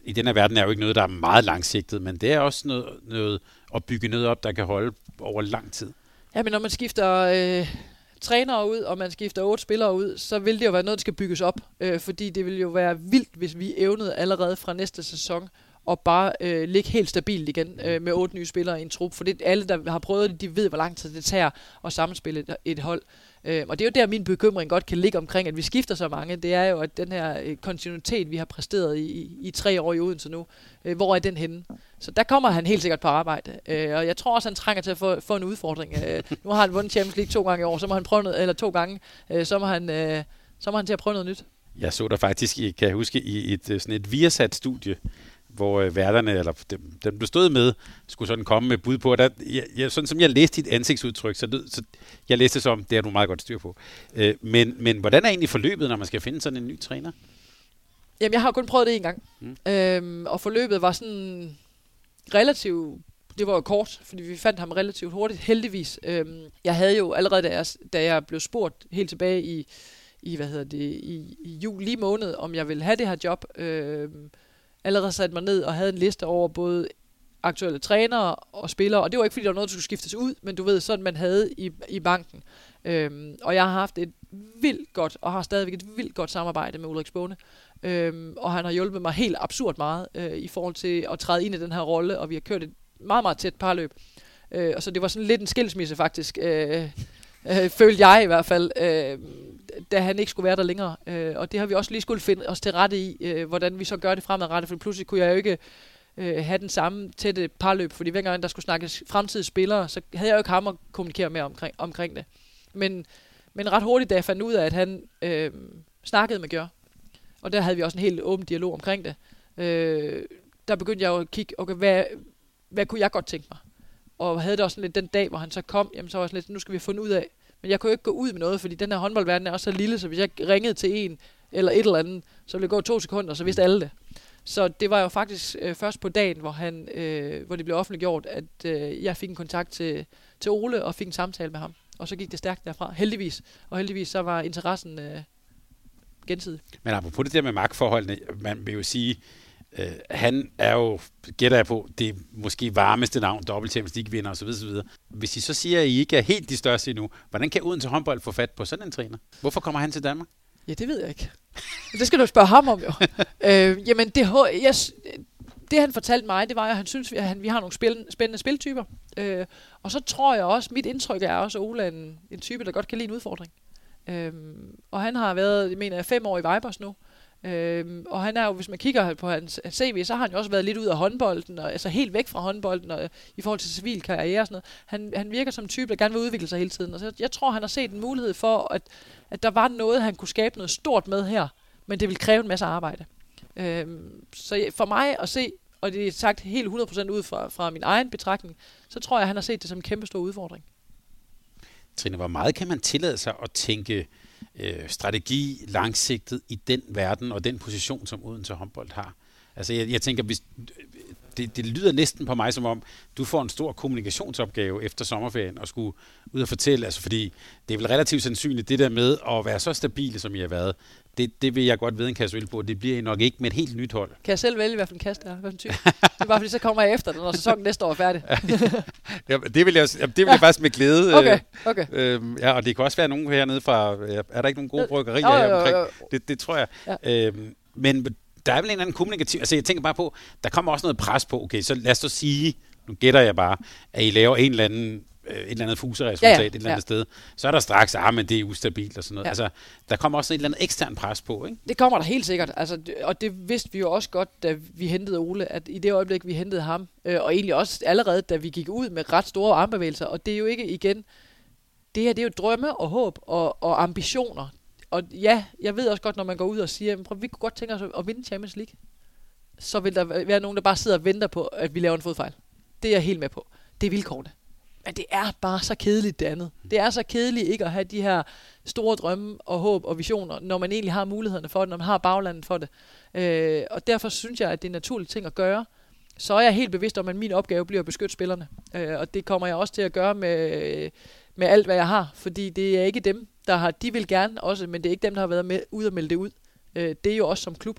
S2: i den her verden er jo ikke noget, der er meget langsigtet, men det er også noget at bygge noget op, der kan holde over lang tid.
S3: Ja, men når man skifter trænere ud, og man skifter 8 spillere ud, så vil det jo være noget, der skal bygges op. Fordi det vil jo være vildt, hvis vi evnede allerede fra næste sæson og bare ligge helt stabilt igen med 8 nye spillere i en trup. For det alle, der har prøvet det, de ved, hvor lang tid det tager at sammenspille et hold. Og det er jo der, min bekymring godt kan ligge omkring, at vi skifter så mange. Det er jo, at den her kontinuitet, vi har præsteret i 3 år i Odense nu, hvor er den henne? Så der kommer han helt sikkert på arbejde. Og jeg tror også, han trænger til at få en udfordring. Nu har han vundet Champions League 2 gange i år, så må han prøve noget, eller 2 gange, så må han til at prøve noget nyt. Jeg
S2: så der faktisk, kan jeg huske, i sådan et Viasat-studie, hvor værterne, eller dem du stod med, skulle sådan komme med bud på. Sådan som jeg læste dit ansigtsudtryk, så jeg læste som, det har du meget godt styr på. Men hvordan er egentlig forløbet, når man skal finde sådan en ny træner?
S3: Jamen, jeg har kun prøvet det en gang. Og forløbet var sådan relativt, det var jo kort, fordi vi fandt ham relativt hurtigt, heldigvis. Jeg havde jo allerede, da jeg blev spurgt helt tilbage i juli måned, om jeg ville have det her job, allerede satte mig ned og havde en liste over både aktuelle trænere og spillere, og det var ikke fordi, der var noget, der skulle skiftes ud, men du ved, sådan man havde i banken. Og jeg har haft et vildt godt, og har stadigvæk et vildt godt samarbejde med Ulrik Spåne, og han har hjulpet mig helt absurd meget i forhold til at træde ind i den her rolle, og vi har kørt et meget, meget tæt parløb. Og så det var sådan lidt en skilsmisse faktisk, følte jeg i hvert fald, da han ikke skulle være der længere. Og det har vi også lige skulle finde os til rette i, hvordan vi så gør det fremadrettet, for pludselig kunne jeg jo ikke have den samme tætte parløb, fordi hver gang der skulle snakkes fremtidige spillere, så havde jeg jo ikke ham at kommunikere med omkring det. Men ret hurtigt, da jeg fandt ud af, at han snakkede med Gjør, og der havde vi også en helt åben dialog omkring det, der begyndte jeg jo at kigge, okay, hvad kunne jeg godt tænke mig? Og havde det også lidt den dag, hvor han så kom, jamen så var jeg sådan lidt, nu skal vi finde ud af. Men jeg kunne jo ikke gå ud med noget, fordi den her håndboldverden er også så lille, så hvis jeg ringede til en eller et eller andet, så ville det gå 2 sekunder, så vidste alle det. Så det var jo faktisk først på dagen, hvor det blev offentliggjort, at jeg fik en kontakt til Ole og fik en samtale med ham. Og så gik det stærkt derfra, heldigvis. Og heldigvis så var interessen gensidig.
S2: Men apropos det der med magtforholdene, man vil jo sige, han er jo, gætter jeg på, det måske varmeste navn, dobbelt Champions League-vinder osv. Hvis I så siger, at I ikke er helt de største endnu, hvordan kan Odense håndbold få fat på sådan en træner? Hvorfor kommer han til Danmark?
S3: Ja, det ved jeg ikke. Det skal du spørge ham om jo. Jamen, det han fortalte mig, det var, at han synes, at vi har nogle spændende spiltyper. Og så tror jeg også, mit indtryk er også, at Ole er en type, der godt kan lide en udfordring. Og han har været, jeg mener, 5 år i Vipers nu. Og han er jo, hvis man kigger på hans CV, så har han jo også været lidt ud af håndbolden, og altså helt væk fra håndbolden, og i forhold til civil karriere og sådan noget. Han virker som en type, der gerne vil udvikle sig hele tiden. Og så jeg tror, han har set en mulighed for, at der var noget, han kunne skabe noget stort med her, men det vil kræve en masse arbejde. Så for mig at se, og det er sagt helt 100% ud fra min egen betragtning, så tror jeg, han har set det som en kæmpe stor udfordring.
S2: Trine, hvor meget kan man tillade sig at tænke strategi langsigtet i den verden og den position, som Odense håndbold har? Altså jeg tænker, hvis det lyder næsten på mig som om, du får en stor kommunikationsopgave efter sommerferien og skulle ud og fortælle, altså fordi det er vel relativt sandsynligt, det der med at være så stabile, som I har været, det vil jeg godt vide en kasse øl på, det bliver I nok ikke med et helt nyt hold.
S3: Kan jeg selv vælge, hvad for en kasse det er? Hvad for en type? Det er bare fordi, så kommer jeg efter det, når sæsonen næste år er færdig.
S2: Ja, det vil jeg faktisk med glæde.
S3: Okay.
S2: Ja, og det kan også være nogen hernede fra, er der ikke nogen gode bryggerier her omkring? Det tror jeg. Ja. Men der er vel en eller anden kommunikativ, altså jeg tænker bare på, der kommer også noget pres på, okay, så lad os så sige, nu gætter jeg bare, at I laver et eller andet fuseresultat et eller andet sted, så er der straks, men det er ustabilt og sådan noget. Ja. Altså, der kommer også et eller andet ekstern pres på, ikke?
S3: Det kommer der helt sikkert, altså, og det vidste vi jo også godt, da vi hentede Ole, at i det øjeblik, vi hentede ham, og egentlig også allerede, da vi gik ud med ret store armbevægelser, og det er jo ikke igen, det her, det er jo drømme og håb og ambitioner. Og ja, jeg ved også godt, når man går ud og siger, vi kunne godt tænke os at vinde Champions League, så vil der være nogen, der bare sidder og venter på, at vi laver en fodfejl. Det er jeg helt med på. Det er vilkårene. Men det er bare så kedeligt det andet. Det er så kedeligt ikke at have de her store drømme og håb og visioner, når man egentlig har mulighederne for det, når man har baglandet for det. Og derfor synes jeg, at det er en naturlig ting at gøre. Så er jeg helt bevidst om, at min opgave bliver at beskytte spillerne. Og det kommer jeg også til at gøre med alt, hvad jeg har. Fordi det er ikke dem, der har, de vil gerne også, men det er ikke dem, der har været med ud og melde det ud. Det er jo også som klub.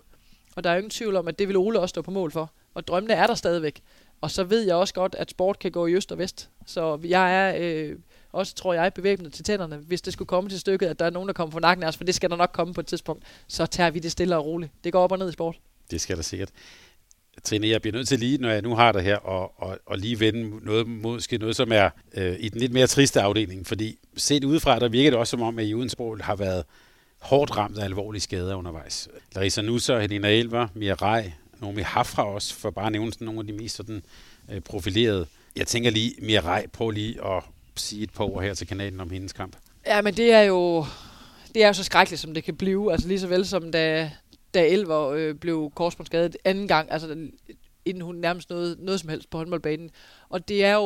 S3: Og der er jo ingen tvivl om, at det vil Ole også stå på mål for. Og drømmene er der stadigvæk. Og så ved jeg også godt, at sport kan gå i øst og vest. Så jeg er også, tror jeg, bevæbnet til tænderne, hvis det skulle komme til stykket, at der er nogen, der kommer på nakken af os, for det skal der nok komme på et tidspunkt. Så tager vi det stille og roligt. Det går op og ned i sport.
S2: Det skal der sikkert. Trine, jeg bliver nødt til lige, når jeg nu har det her, og lige vende noget, måske noget, som er i den lidt mere triste afdeling. Fordi set udefra, der virker det også som om, at Uden har været hårdt ramt af alvorlige skader undervejs. Larissa Nusser, Helena Elver, Mia Rej, Nomi Hafra også, for bare at nævne nogle af de mest sådan, profilerede. Jeg tænker lige, Mia Rej, prøv lige at sige et par ord her til kanalen om hendes kamp.
S3: Ja, men det er jo så skrækkeligt, som det kan blive. Altså lige så vel som da Elver blev korsbåndsskadet anden gang, altså inden hun nærmest noget som helst på håndboldbanen. Og det er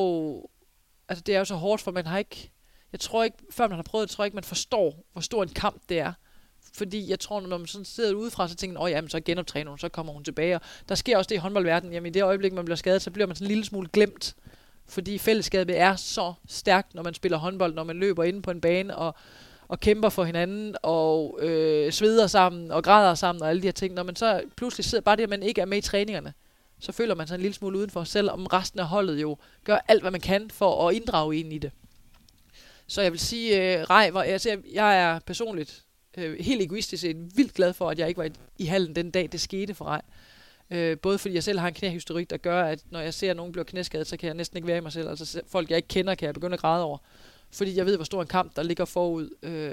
S3: jo så hårdt, for man har ikke, jeg tror ikke, før man har prøvet, tror jeg ikke, man forstår, hvor stor en kamp det er. Fordi jeg tror, når man sådan sidder udefra, så tænker man, jamen så genoptræner hun, så kommer hun tilbage. Og der sker også det i håndboldverdenen, jamen i det øjeblik, man bliver skadet, så bliver man sådan en lille smule glemt. Fordi fællesskabet er så stærkt, når man spiller håndbold, når man løber inde på en bane og kæmper for hinanden, og sveder sammen, og græder sammen, og alle de her ting. Når man så pludselig sidder, bare det, at man ikke er med i træningerne, så føler man sig en lille smule udenfor, selvom resten af holdet jo gør alt, hvad man kan for at inddrage en i det. Så jeg vil sige, Rej, jeg er personligt helt egoistisk set vildt glad for, at jeg ikke var i hallen den dag, det skete for Rej. Både fordi jeg selv har en knæhistorik, der gør, at når jeg ser, at nogen bliver knæskadet, så kan jeg næsten ikke være i mig selv. Altså folk, jeg ikke kender, kan jeg begynde at græde over. Fordi jeg ved, hvor stor en kamp, der ligger forud.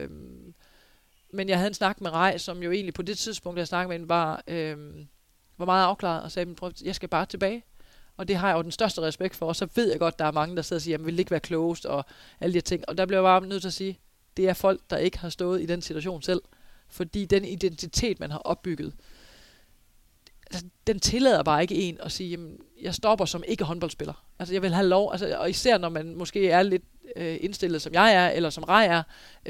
S3: Men jeg havde en snak med Rej, som jo egentlig på det tidspunkt, jeg snakkede med hende, var meget afklaret og sagde, jeg skal bare tilbage. Og det har jeg jo den største respekt for. Og så ved jeg godt, der er mange, der sidder og siger, jamen vil det ikke være closed og alle de her ting. Og der bliver jeg bare nødt til at sige, det er folk, der ikke har stået i den situation selv. Fordi den identitet, man har opbygget, altså, den tillader bare ikke en at sige, jamen, jeg stopper som ikke håndboldspiller. Altså jeg vil have lov, altså, og især når man måske er lidt indstillet, som jeg er, eller som Rej er,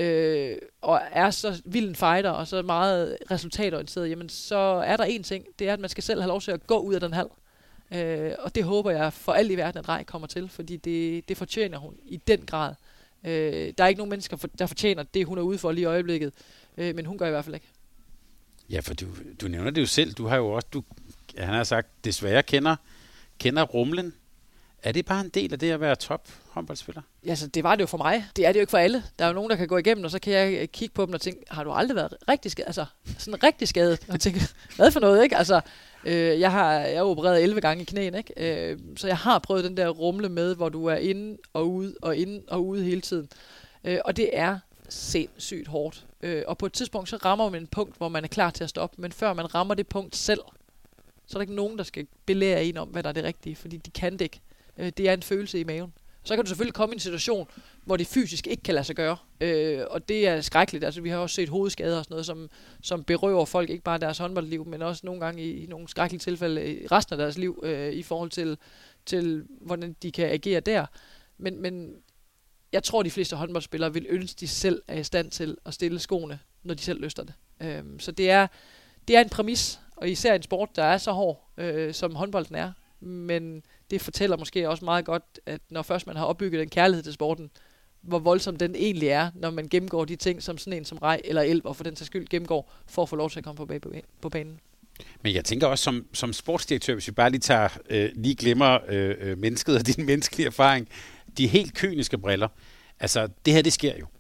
S3: og er så vild en fighter, og så meget resultatorienteret, jamen så er der en ting, det er, at man skal selv have lov til at gå ud af den hal. Og det håber jeg for alt i verden, at Rej kommer til, fordi det fortjener hun i den grad. Der er ikke nogen mennesker, der fortjener det, hun er ude for lige i øjeblikket, men hun gør i hvert fald ikke. Ja,
S2: for du nævner det jo selv. Du har jo også, han har sagt, desværre kender rumlen. Er det bare en del af det at være top håndboldspiller?
S3: Ja, så det var det jo for mig. Det er det jo ikke for alle. Der er jo nogen, der kan gå igennem, og så kan jeg kigge på dem og tænke, har du aldrig været rigtig skadet? Altså, sådan rigtig skadet. Og tænke, hvad for noget, ikke? Altså, jeg har opereret 11 gange i knæen, ikke? Så jeg har prøvet den der rumle med, hvor du er inde og ude hele tiden. Og det er sindssygt hårdt. Og på et tidspunkt, så rammer man et punkt, hvor man er klar til at stoppe. Men før man rammer det punkt selv, så er der ikke nogen, der skal belære en om, hvad der er det rigtige. Fordi de kan det ikke. Det er en følelse i maven. Så kan du selvfølgelig komme i en situation, hvor det fysisk ikke kan lade sig gøre. Og det er skrækkeligt. Altså, vi har også set hovedskader og sådan noget, som berøver folk ikke bare deres håndboldliv, men også nogle gange i nogle skrækkelige tilfælde i resten af deres liv, i forhold til hvordan de kan agere der. Men jeg tror, de fleste håndboldspillere vil ønske, de selv er i stand til at stille skoene, når de selv lyster det. Så det er en præmis, og især en sport, der er så hård, som håndbolden er. Men det fortæller måske også meget godt, at når først man har opbygget en kærlighed til sporten, hvor voldsom den egentlig er, når man gennemgår de ting, som sådan en som Rej eller Elver for den sags skyld gennemgår, for at få lov til at komme på banen.
S2: Men jeg tænker også som sportsdirektør, hvis vi bare lige glemmer mennesket og din menneskelige erfaring, de helt kyniske briller. Altså, det her, det sker jo.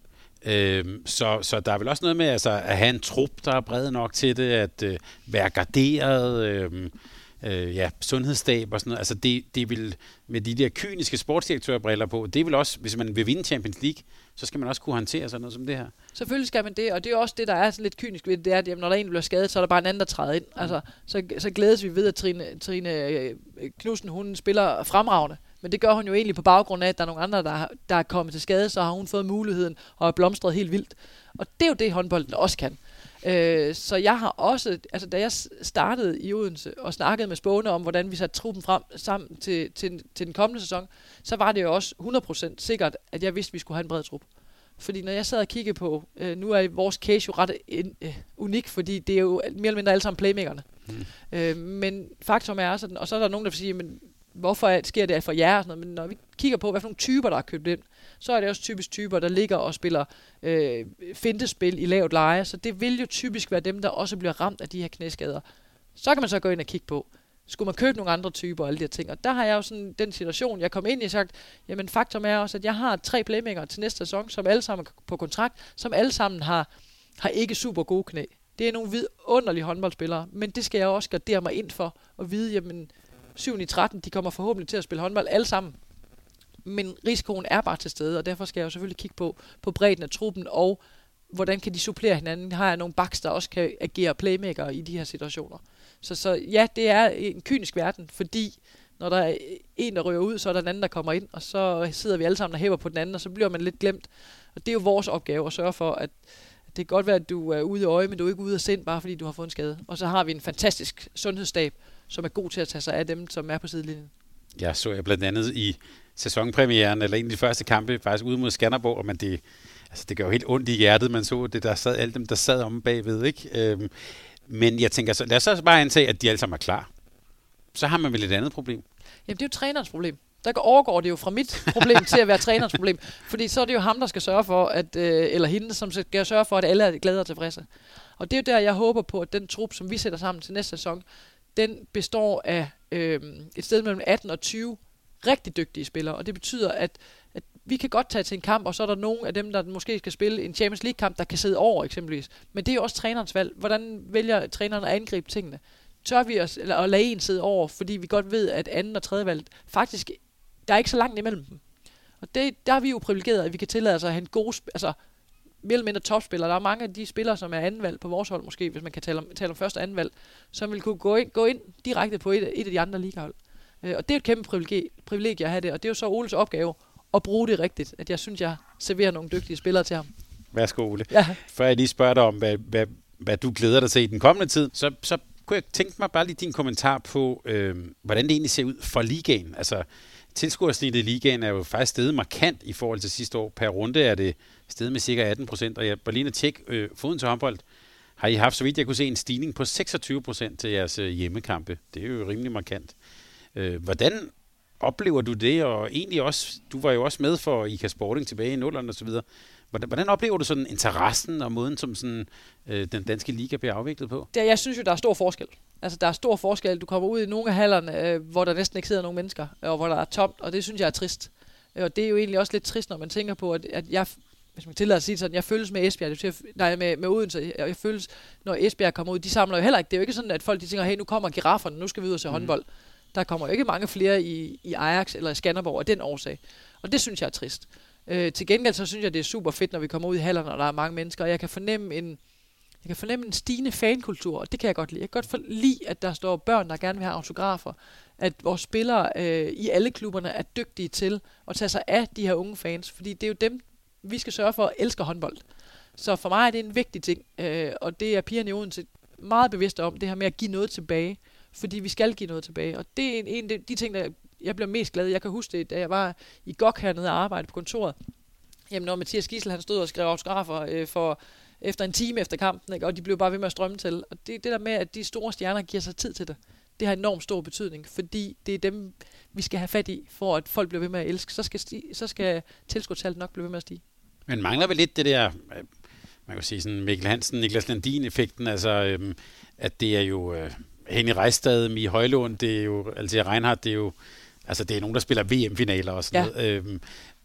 S2: Så der er vel også noget med at have en trup, der er bred nok til det, at være garderet, sundhedsstab og sådan noget. Altså, det vil med de der kyniske sportsdirektørbriller på, det vil også, hvis man vil vinde Champions League, så skal man også kunne håndtere sådan noget som det her.
S3: Selvfølgelig skal man det, og det er også det, der er sådan lidt kynisk ved det, det er, at jamen, når der en bliver skadet, så er der bare en anden, der træder ind. Altså, så glædes vi ved, at Trine Knudsen, hun spiller fremragende. Men det gør hun jo egentlig på baggrund af, at der er nogle andre, der er kommet til skade, så har hun fået muligheden og er blomstret helt vildt. Og det er jo det, håndbolden også kan. Så jeg har også, altså da jeg startede i Odense og snakkede med Spåne om, hvordan vi satte truppen frem sammen til den kommende sæson, så var det jo også 100% sikkert, at jeg vidste, at vi skulle have en bred trup. Fordi når jeg sad og kiggede på, nu er vores case jo ret unik, fordi det er jo mere eller mindre alle sammen playmakerne. Men faktum er sådan, og så er der nogen, der vil sige, men hvorfor sker det for jer? Og sådan noget. Men når vi kigger på, hvad for nogle typer, der er købt ind, så er det også typisk typer, der ligger og spiller fintespil i lavt leje. Så det vil jo typisk være dem, der også bliver ramt af de her knæskader. Så kan man så gå ind og kigge på, skulle man købe nogle andre typer og alle de her ting. Og der har jeg jo sådan den situation, jeg kom ind i og sagt, jamen faktum er også, at jeg har 3 playmakere til næste sæson, som alle sammen er på kontrakt, som alle sammen har ikke super gode knæ. Det er nogle vidunderlige håndboldspillere, men det skal jeg også gardere mig ind for, og vide, jamen 7-13, de kommer forhåbentlig til at spille håndbold alle sammen. Men risikoen er bare til stede, og derfor skal jeg jo selvfølgelig kigge på bredden af truppen, og hvordan kan de supplere hinanden. Har jeg nogle backs, der også kan agere playmaker i de her situationer. Så ja, det er en kynisk verden, fordi når der er en, der ryger ud, så er der en anden, der kommer ind, og så sidder vi alle sammen og hæver på den anden, og så bliver man lidt glemt. Og det er jo vores opgave at sørge for, at det kan godt være, at du er ude i øje, men du er ikke ude af sind, bare fordi du har fået en skade. Og så har vi en fantastisk sundhedsstab, som er god til at tage sig af dem, som er på sidelinjen.
S2: Ja, så jeg blandt andet i sæsonpremieren, eller en af de første kampe, faktisk ude mod Skanderborg, men det gør jo helt ondt i hjertet, man så det, der sad alle dem, der sad omme bagved, ikke? Men jeg tænker så, lad os så bare antage, at de alle sammen er klar. Så har man vel et andet problem?
S3: Jamen, det er jo trænerens problem. Der overgår det jo fra mit problem til at være trænerens problem. Fordi så er det jo ham, der skal sørge for, at, eller hende, som skal sørge for, at alle er glade og tilfredse. Og det er jo der, jeg håber på, at den trup, som vi sætter sammen til næste sæson, den består af et sted mellem 18 og 20 rigtig dygtige spillere. Og det betyder, at vi kan godt tage til en kamp, og så er der nogle af dem, der måske skal spille en Champions League-kamp, der kan sidde over eksempelvis. Men det er jo også trænerens valg. Hvordan vælger træneren at angribe tingene? Tør vi at lade en sidde over, fordi vi godt ved, at anden og tredje valg faktisk, der er ikke så langt imellem dem. Og der er vi jo privilegeret, at vi kan tillade os at have en god, altså mere eller mindre topspillere. Der er mange af de spillere, som er anden valg på vores hold måske, hvis man kan tale om første og anden valg, som vil kunne gå ind direkte på et af de andre ligahold. Og det er et kæmpe privilegie at have det, og det er jo så Oles opgave at bruge det rigtigt, at jeg synes, jeg serverer nogle dygtige spillere til ham.
S2: Værsgo, Ole.
S3: Ja.
S2: Før jeg lige spørger dig om, hvad du glæder dig til i den kommende tid, så kunne jeg tænke mig bare lige din kommentar på, hvordan det egentlig ser ud for ligaen. Altså, tilskuersnittet i ligaen er jo faktisk steget markant i forhold til sidste år. Per runde er det steget med cirka 18%, og jeg bare lige at tjekke foden til håndbold. Har I haft, så vidt jeg kunne se, en stigning på 26% til jeres hjemmekampe. Det er jo rimelig markant. Hvordan oplever du det, og egentlig også, du var jo også med for IKA Sporting tilbage i 0'erne og så videre. Hvordan oplever du sådan interessen og måden, som sådan, den danske liga bliver afviklet på?
S3: Jeg synes jo, der er stor forskel. Altså, der er stor forskel. Du kommer ud i nogle af hallerne, hvor der næsten ikke sidder nogen mennesker, og hvor der er tomt, og det synes jeg er trist. Og det er jo egentlig også lidt trist, når man tænker på, at jeg, hvis man tillader at sige sådan, jeg følges med Esbjerg, med Odense, jeg følges, når Esbjerg kommer ud, de samler jo heller ikke. Det er jo ikke sådan, at folk de tænker, hey, nu kommer girafferne, nu skal vi ud og se håndbold. Der kommer jo ikke mange flere i Ajax eller i Skanderborg af den årsag. Og det synes jeg er trist. Til gengæld så synes jeg, det er super fedt, når vi kommer ud i hallerne, og der er mange mennesker, og jeg kan fornemme en stigende fankultur, og det kan jeg godt lide. Jeg kan godt lide, at der står børn, der gerne vil have autografer, at vores spillere i alle klubberne er dygtige til at tage sig af de her unge fans, fordi det er jo dem, vi skal sørge for at elske håndbold. Så for mig er det en vigtig ting, og det er pigerne i Odense meget bevidste om, det her med at give noget tilbage, fordi vi skal give noget tilbage, og det er en af de ting, der jeg bliver mest glad. Jeg kan huske det, da jeg var i GOG hernede og arbejdede på kontoret. Jamen, når Mathias Gissel, han stod og skrev autografer efter en time efter kampen, ikke? Og de blev bare ved med at strømme til. Og det der med, at de store stjerner giver sig tid til det, det har enormt stor betydning, fordi det er dem, vi skal have fat i, for at folk bliver ved med at elske. Så skal tilskudstallet nok blive ved med at stige. Men
S2: mangler vel lidt det der, man kan sige sådan Mikkel Hansen, Niklas Landin-effekten, altså at det er jo Henning Reistad, Mie Højlund, det er jo Althea Reinhardt, det er jo altså det er nogen, der spiller VM-finaler og sådan noget.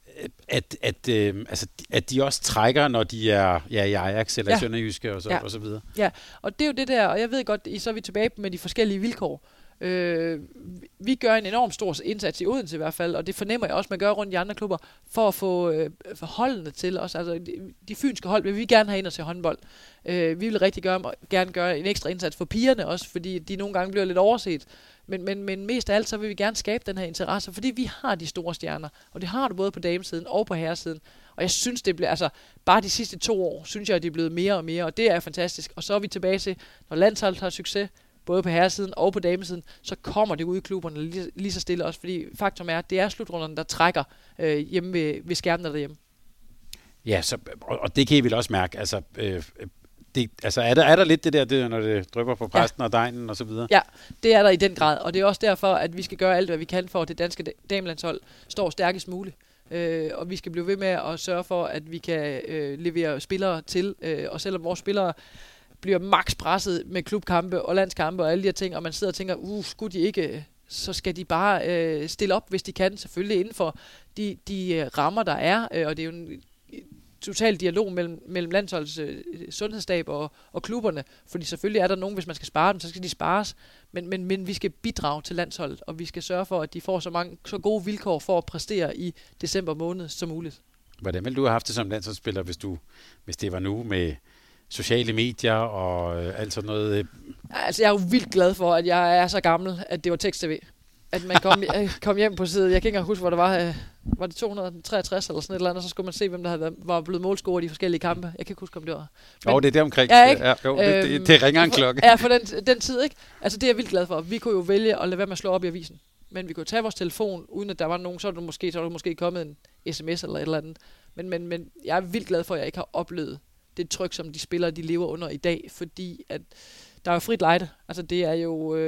S2: At de også trækker, når de er i Ajax eller i Sønderjyske og så videre. Ja,
S3: og det er jo det der, og jeg ved godt, så er vi tilbage med de forskellige vilkår. Vi gør en enormt stor indsats i Odense i hvert fald, og det fornemmer jeg også, man gør rundt i andre klubber, for at få holdene til os. Altså de fynske hold vil vi gerne have ind og se håndbold. Vi vil rigtig gerne gøre en ekstra indsats for pigerne også, fordi de nogle gange bliver lidt overset. Men mest af alt, så vil vi gerne skabe den her interesse, fordi vi har de store stjerner, og det har du både på damesiden og på herresiden. Og jeg synes, det bliver, altså bare de sidste 2 år, synes jeg, det er blevet mere og mere, og det er fantastisk. Og så er vi tilbage til, når landsholdet har succes, både på herresiden og på damesiden, så kommer det ud i klubberne lige så stille også, fordi faktum er, at det er slutrunderne, der trækker hjemme ved skærmene derhjemme.
S2: Ja, så, og det kan I vel også mærke, altså er der lidt det der, når det drypper på præsten og dejen og så videre?
S3: Ja, det er der i den grad, og det er også derfor, at vi skal gøre alt, hvad vi kan for, at det danske damelandshold står stærkest muligt. Og vi skal blive ved med at sørge for, at vi kan levere spillere til, og selvom vores spillere bliver max presset med klubkampe og landskampe og alle de her ting, og man sidder og tænker, skulle de ikke, så skal de bare stille op, hvis de kan, selvfølgelig inden for de rammer, der er, og det er jo en total dialog mellem landsholdets sundhedsstab og klubberne, fordi selvfølgelig er der nogen, hvis man skal spare dem, så skal de spares, men vi skal bidrage til landsholdet, og vi skal sørge for, at de får så gode vilkår for at præstere i december måned som muligt.
S2: Hvordan ville du have haft det som landsholdsspiller, hvis det var nu med sociale medier og alt sådan noget?
S3: Altså, jeg er jo vildt glad for, at jeg er så gammel, at det var tekst-tv. At man kom hjem på siden. Jeg kan ikke engang huske, hvor det var det 263 eller sådan et eller andet, så skulle man se, hvem der var blevet målscorer i de forskellige kampe. Jeg kan ikke huske, om det var. Men,
S2: det er der omkring.
S3: Ja, ikke?
S2: Det ringer en klokke.
S3: Ja, for den tid, ikke? Altså, det er jeg vildt glad for. Vi kunne jo vælge at lade være med at slå op i avisen. Men vi kunne tage vores telefon, uden at der var nogen, så var der måske kommet en sms eller et eller andet. Men jeg er vildt glad for, at jeg ikke har oplevet det tryk, som de spillere, de lever under i dag, fordi at der er jo frit lejde. Altså, det er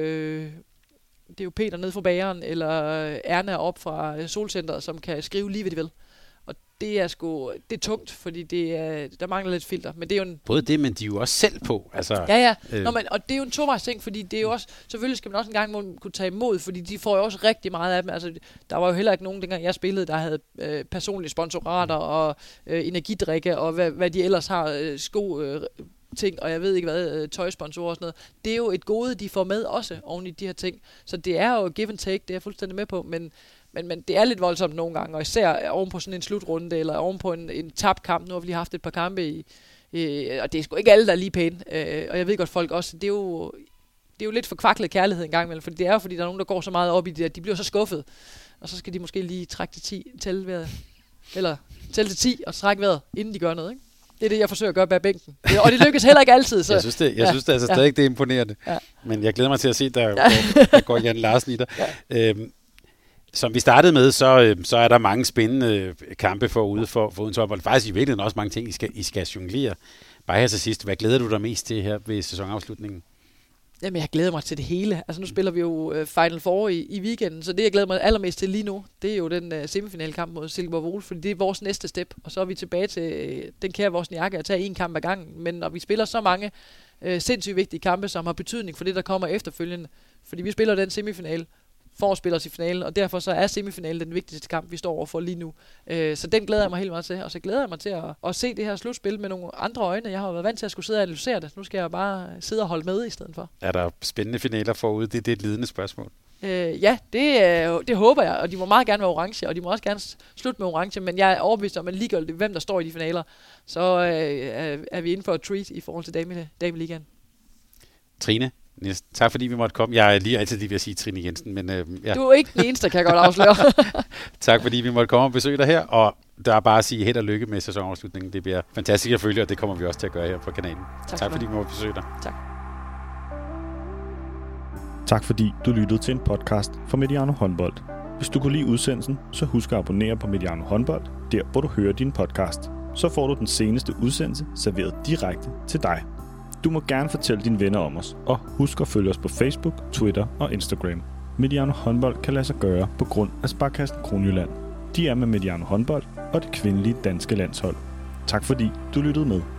S3: jo Peter nede fra bageren, eller Erna op fra Solcenteret, som kan skrive lige, hvad de vil. Og det er tungt, fordi der mangler lidt filter. Men det er jo
S2: både det, men de er jo også selv på. Altså,
S3: ja. Og det er jo en tovejs ting, fordi det er jo også, selvfølgelig skal man også en gang kunne tage imod, fordi de får jo også rigtig meget af dem. Altså, der var jo heller ikke nogen, dengang jeg spillede, der havde personlige sponsorater og energidrikke, og hvad de ellers har, ting, og jeg ved ikke hvad, tøjsponsorer og sådan noget. Det er jo et gode, de får med også oven i de her ting. Så det er jo give and take, det er jeg fuldstændig med på, men det er lidt voldsomt nogle gange, og især oven på sådan en slutrunde, eller oven på en tabt kamp. Nu har vi lige haft et par kampe og det er sgu ikke alle, der er lige pæne. Og jeg ved godt, folk også, det er jo lidt forkvaklet kærlighed en gang imellem, for det er jo, fordi der er nogen, der går så meget op i det, at de bliver så skuffet, og så skal de måske lige trække til 10, tælle til 10 og trække vejret, inden de gør noget, ikke? Det er det, jeg forsøger at gøre bag bænken. Og det lykkes heller ikke altid. Så.
S2: Jeg synes det altså stadig, det er imponerende. Ja. Men jeg glæder mig til at se, der går Jan Larsen i dig. Ja. Som vi startede med, så er der mange spændende kampe foruden for håndbold. Faktisk i virkeligheden også mange ting, I skal jonglere. Bare her til sidst, hvad glæder du dig mest til her ved sæsonafslutningen?
S3: Jamen, jeg glæder mig til det hele. Altså, nu spiller vi jo Final Four i weekenden, så det, jeg glæder mig allermest til lige nu, det er jo den semifinalkamp mod Silkeborg Vol, fordi det er vores næste step, og så er vi tilbage til den kære Wozniacki at tage en kamp ad gangen. Men når vi spiller så mange sindssygt vigtige kampe, som har betydning for det, der kommer efterfølgende, fordi vi spiller den semifinal for at spille os i finalen, og derfor så er semifinalen den vigtigste kamp, vi står overfor lige nu. Så den glæder jeg mig helt meget til, og så glæder jeg mig til at se det her slutspil med nogle andre øjne. Jeg har været vant til at skulle sidde og analysere det. Nu skal jeg bare sidde og holde med i stedet for.
S2: Er der spændende finaler forude? Det er et lidende spørgsmål.
S3: Ja, det håber jeg, og de må meget gerne være orange, og de må også gerne slutte med orange, men jeg er overbevist om, at ligegyldigt hvem der står i de finaler, så er vi inde for et treat i forhold til Dameligaen.
S2: Trine, Niels, tak fordi vi måtte komme. Jeg er lige altid lige ved at sige Trine Jensen, men ja.
S3: Du er ikke den eneste, kan jeg godt afsløre.
S2: Tak fordi vi måtte komme og besøge dig her, og der er bare at sige held og lykke med sæsonafslutningen. Det bliver fantastisk at følge, og det kommer vi også til at gøre her på kanalen. Tak fordi vi måtte besøge dig.
S3: Tak.
S1: Tak fordi du lyttede til en podcast fra Mediano Håndbold. Hvis du kunne lide udsendelsen, så husk at abonnere på Mediano Håndbold, der hvor du hører din podcast. Så får du den seneste udsendelse serveret direkte til dig. Du må gerne fortælle dine venner om os, og husk at følge os på Facebook, Twitter og Instagram. Mediano Håndbold kan lade sig gøre på grund af Sparkassen Kronjylland. De er med Mediano Håndbold og det kvindelige danske landshold. Tak fordi du lyttede med.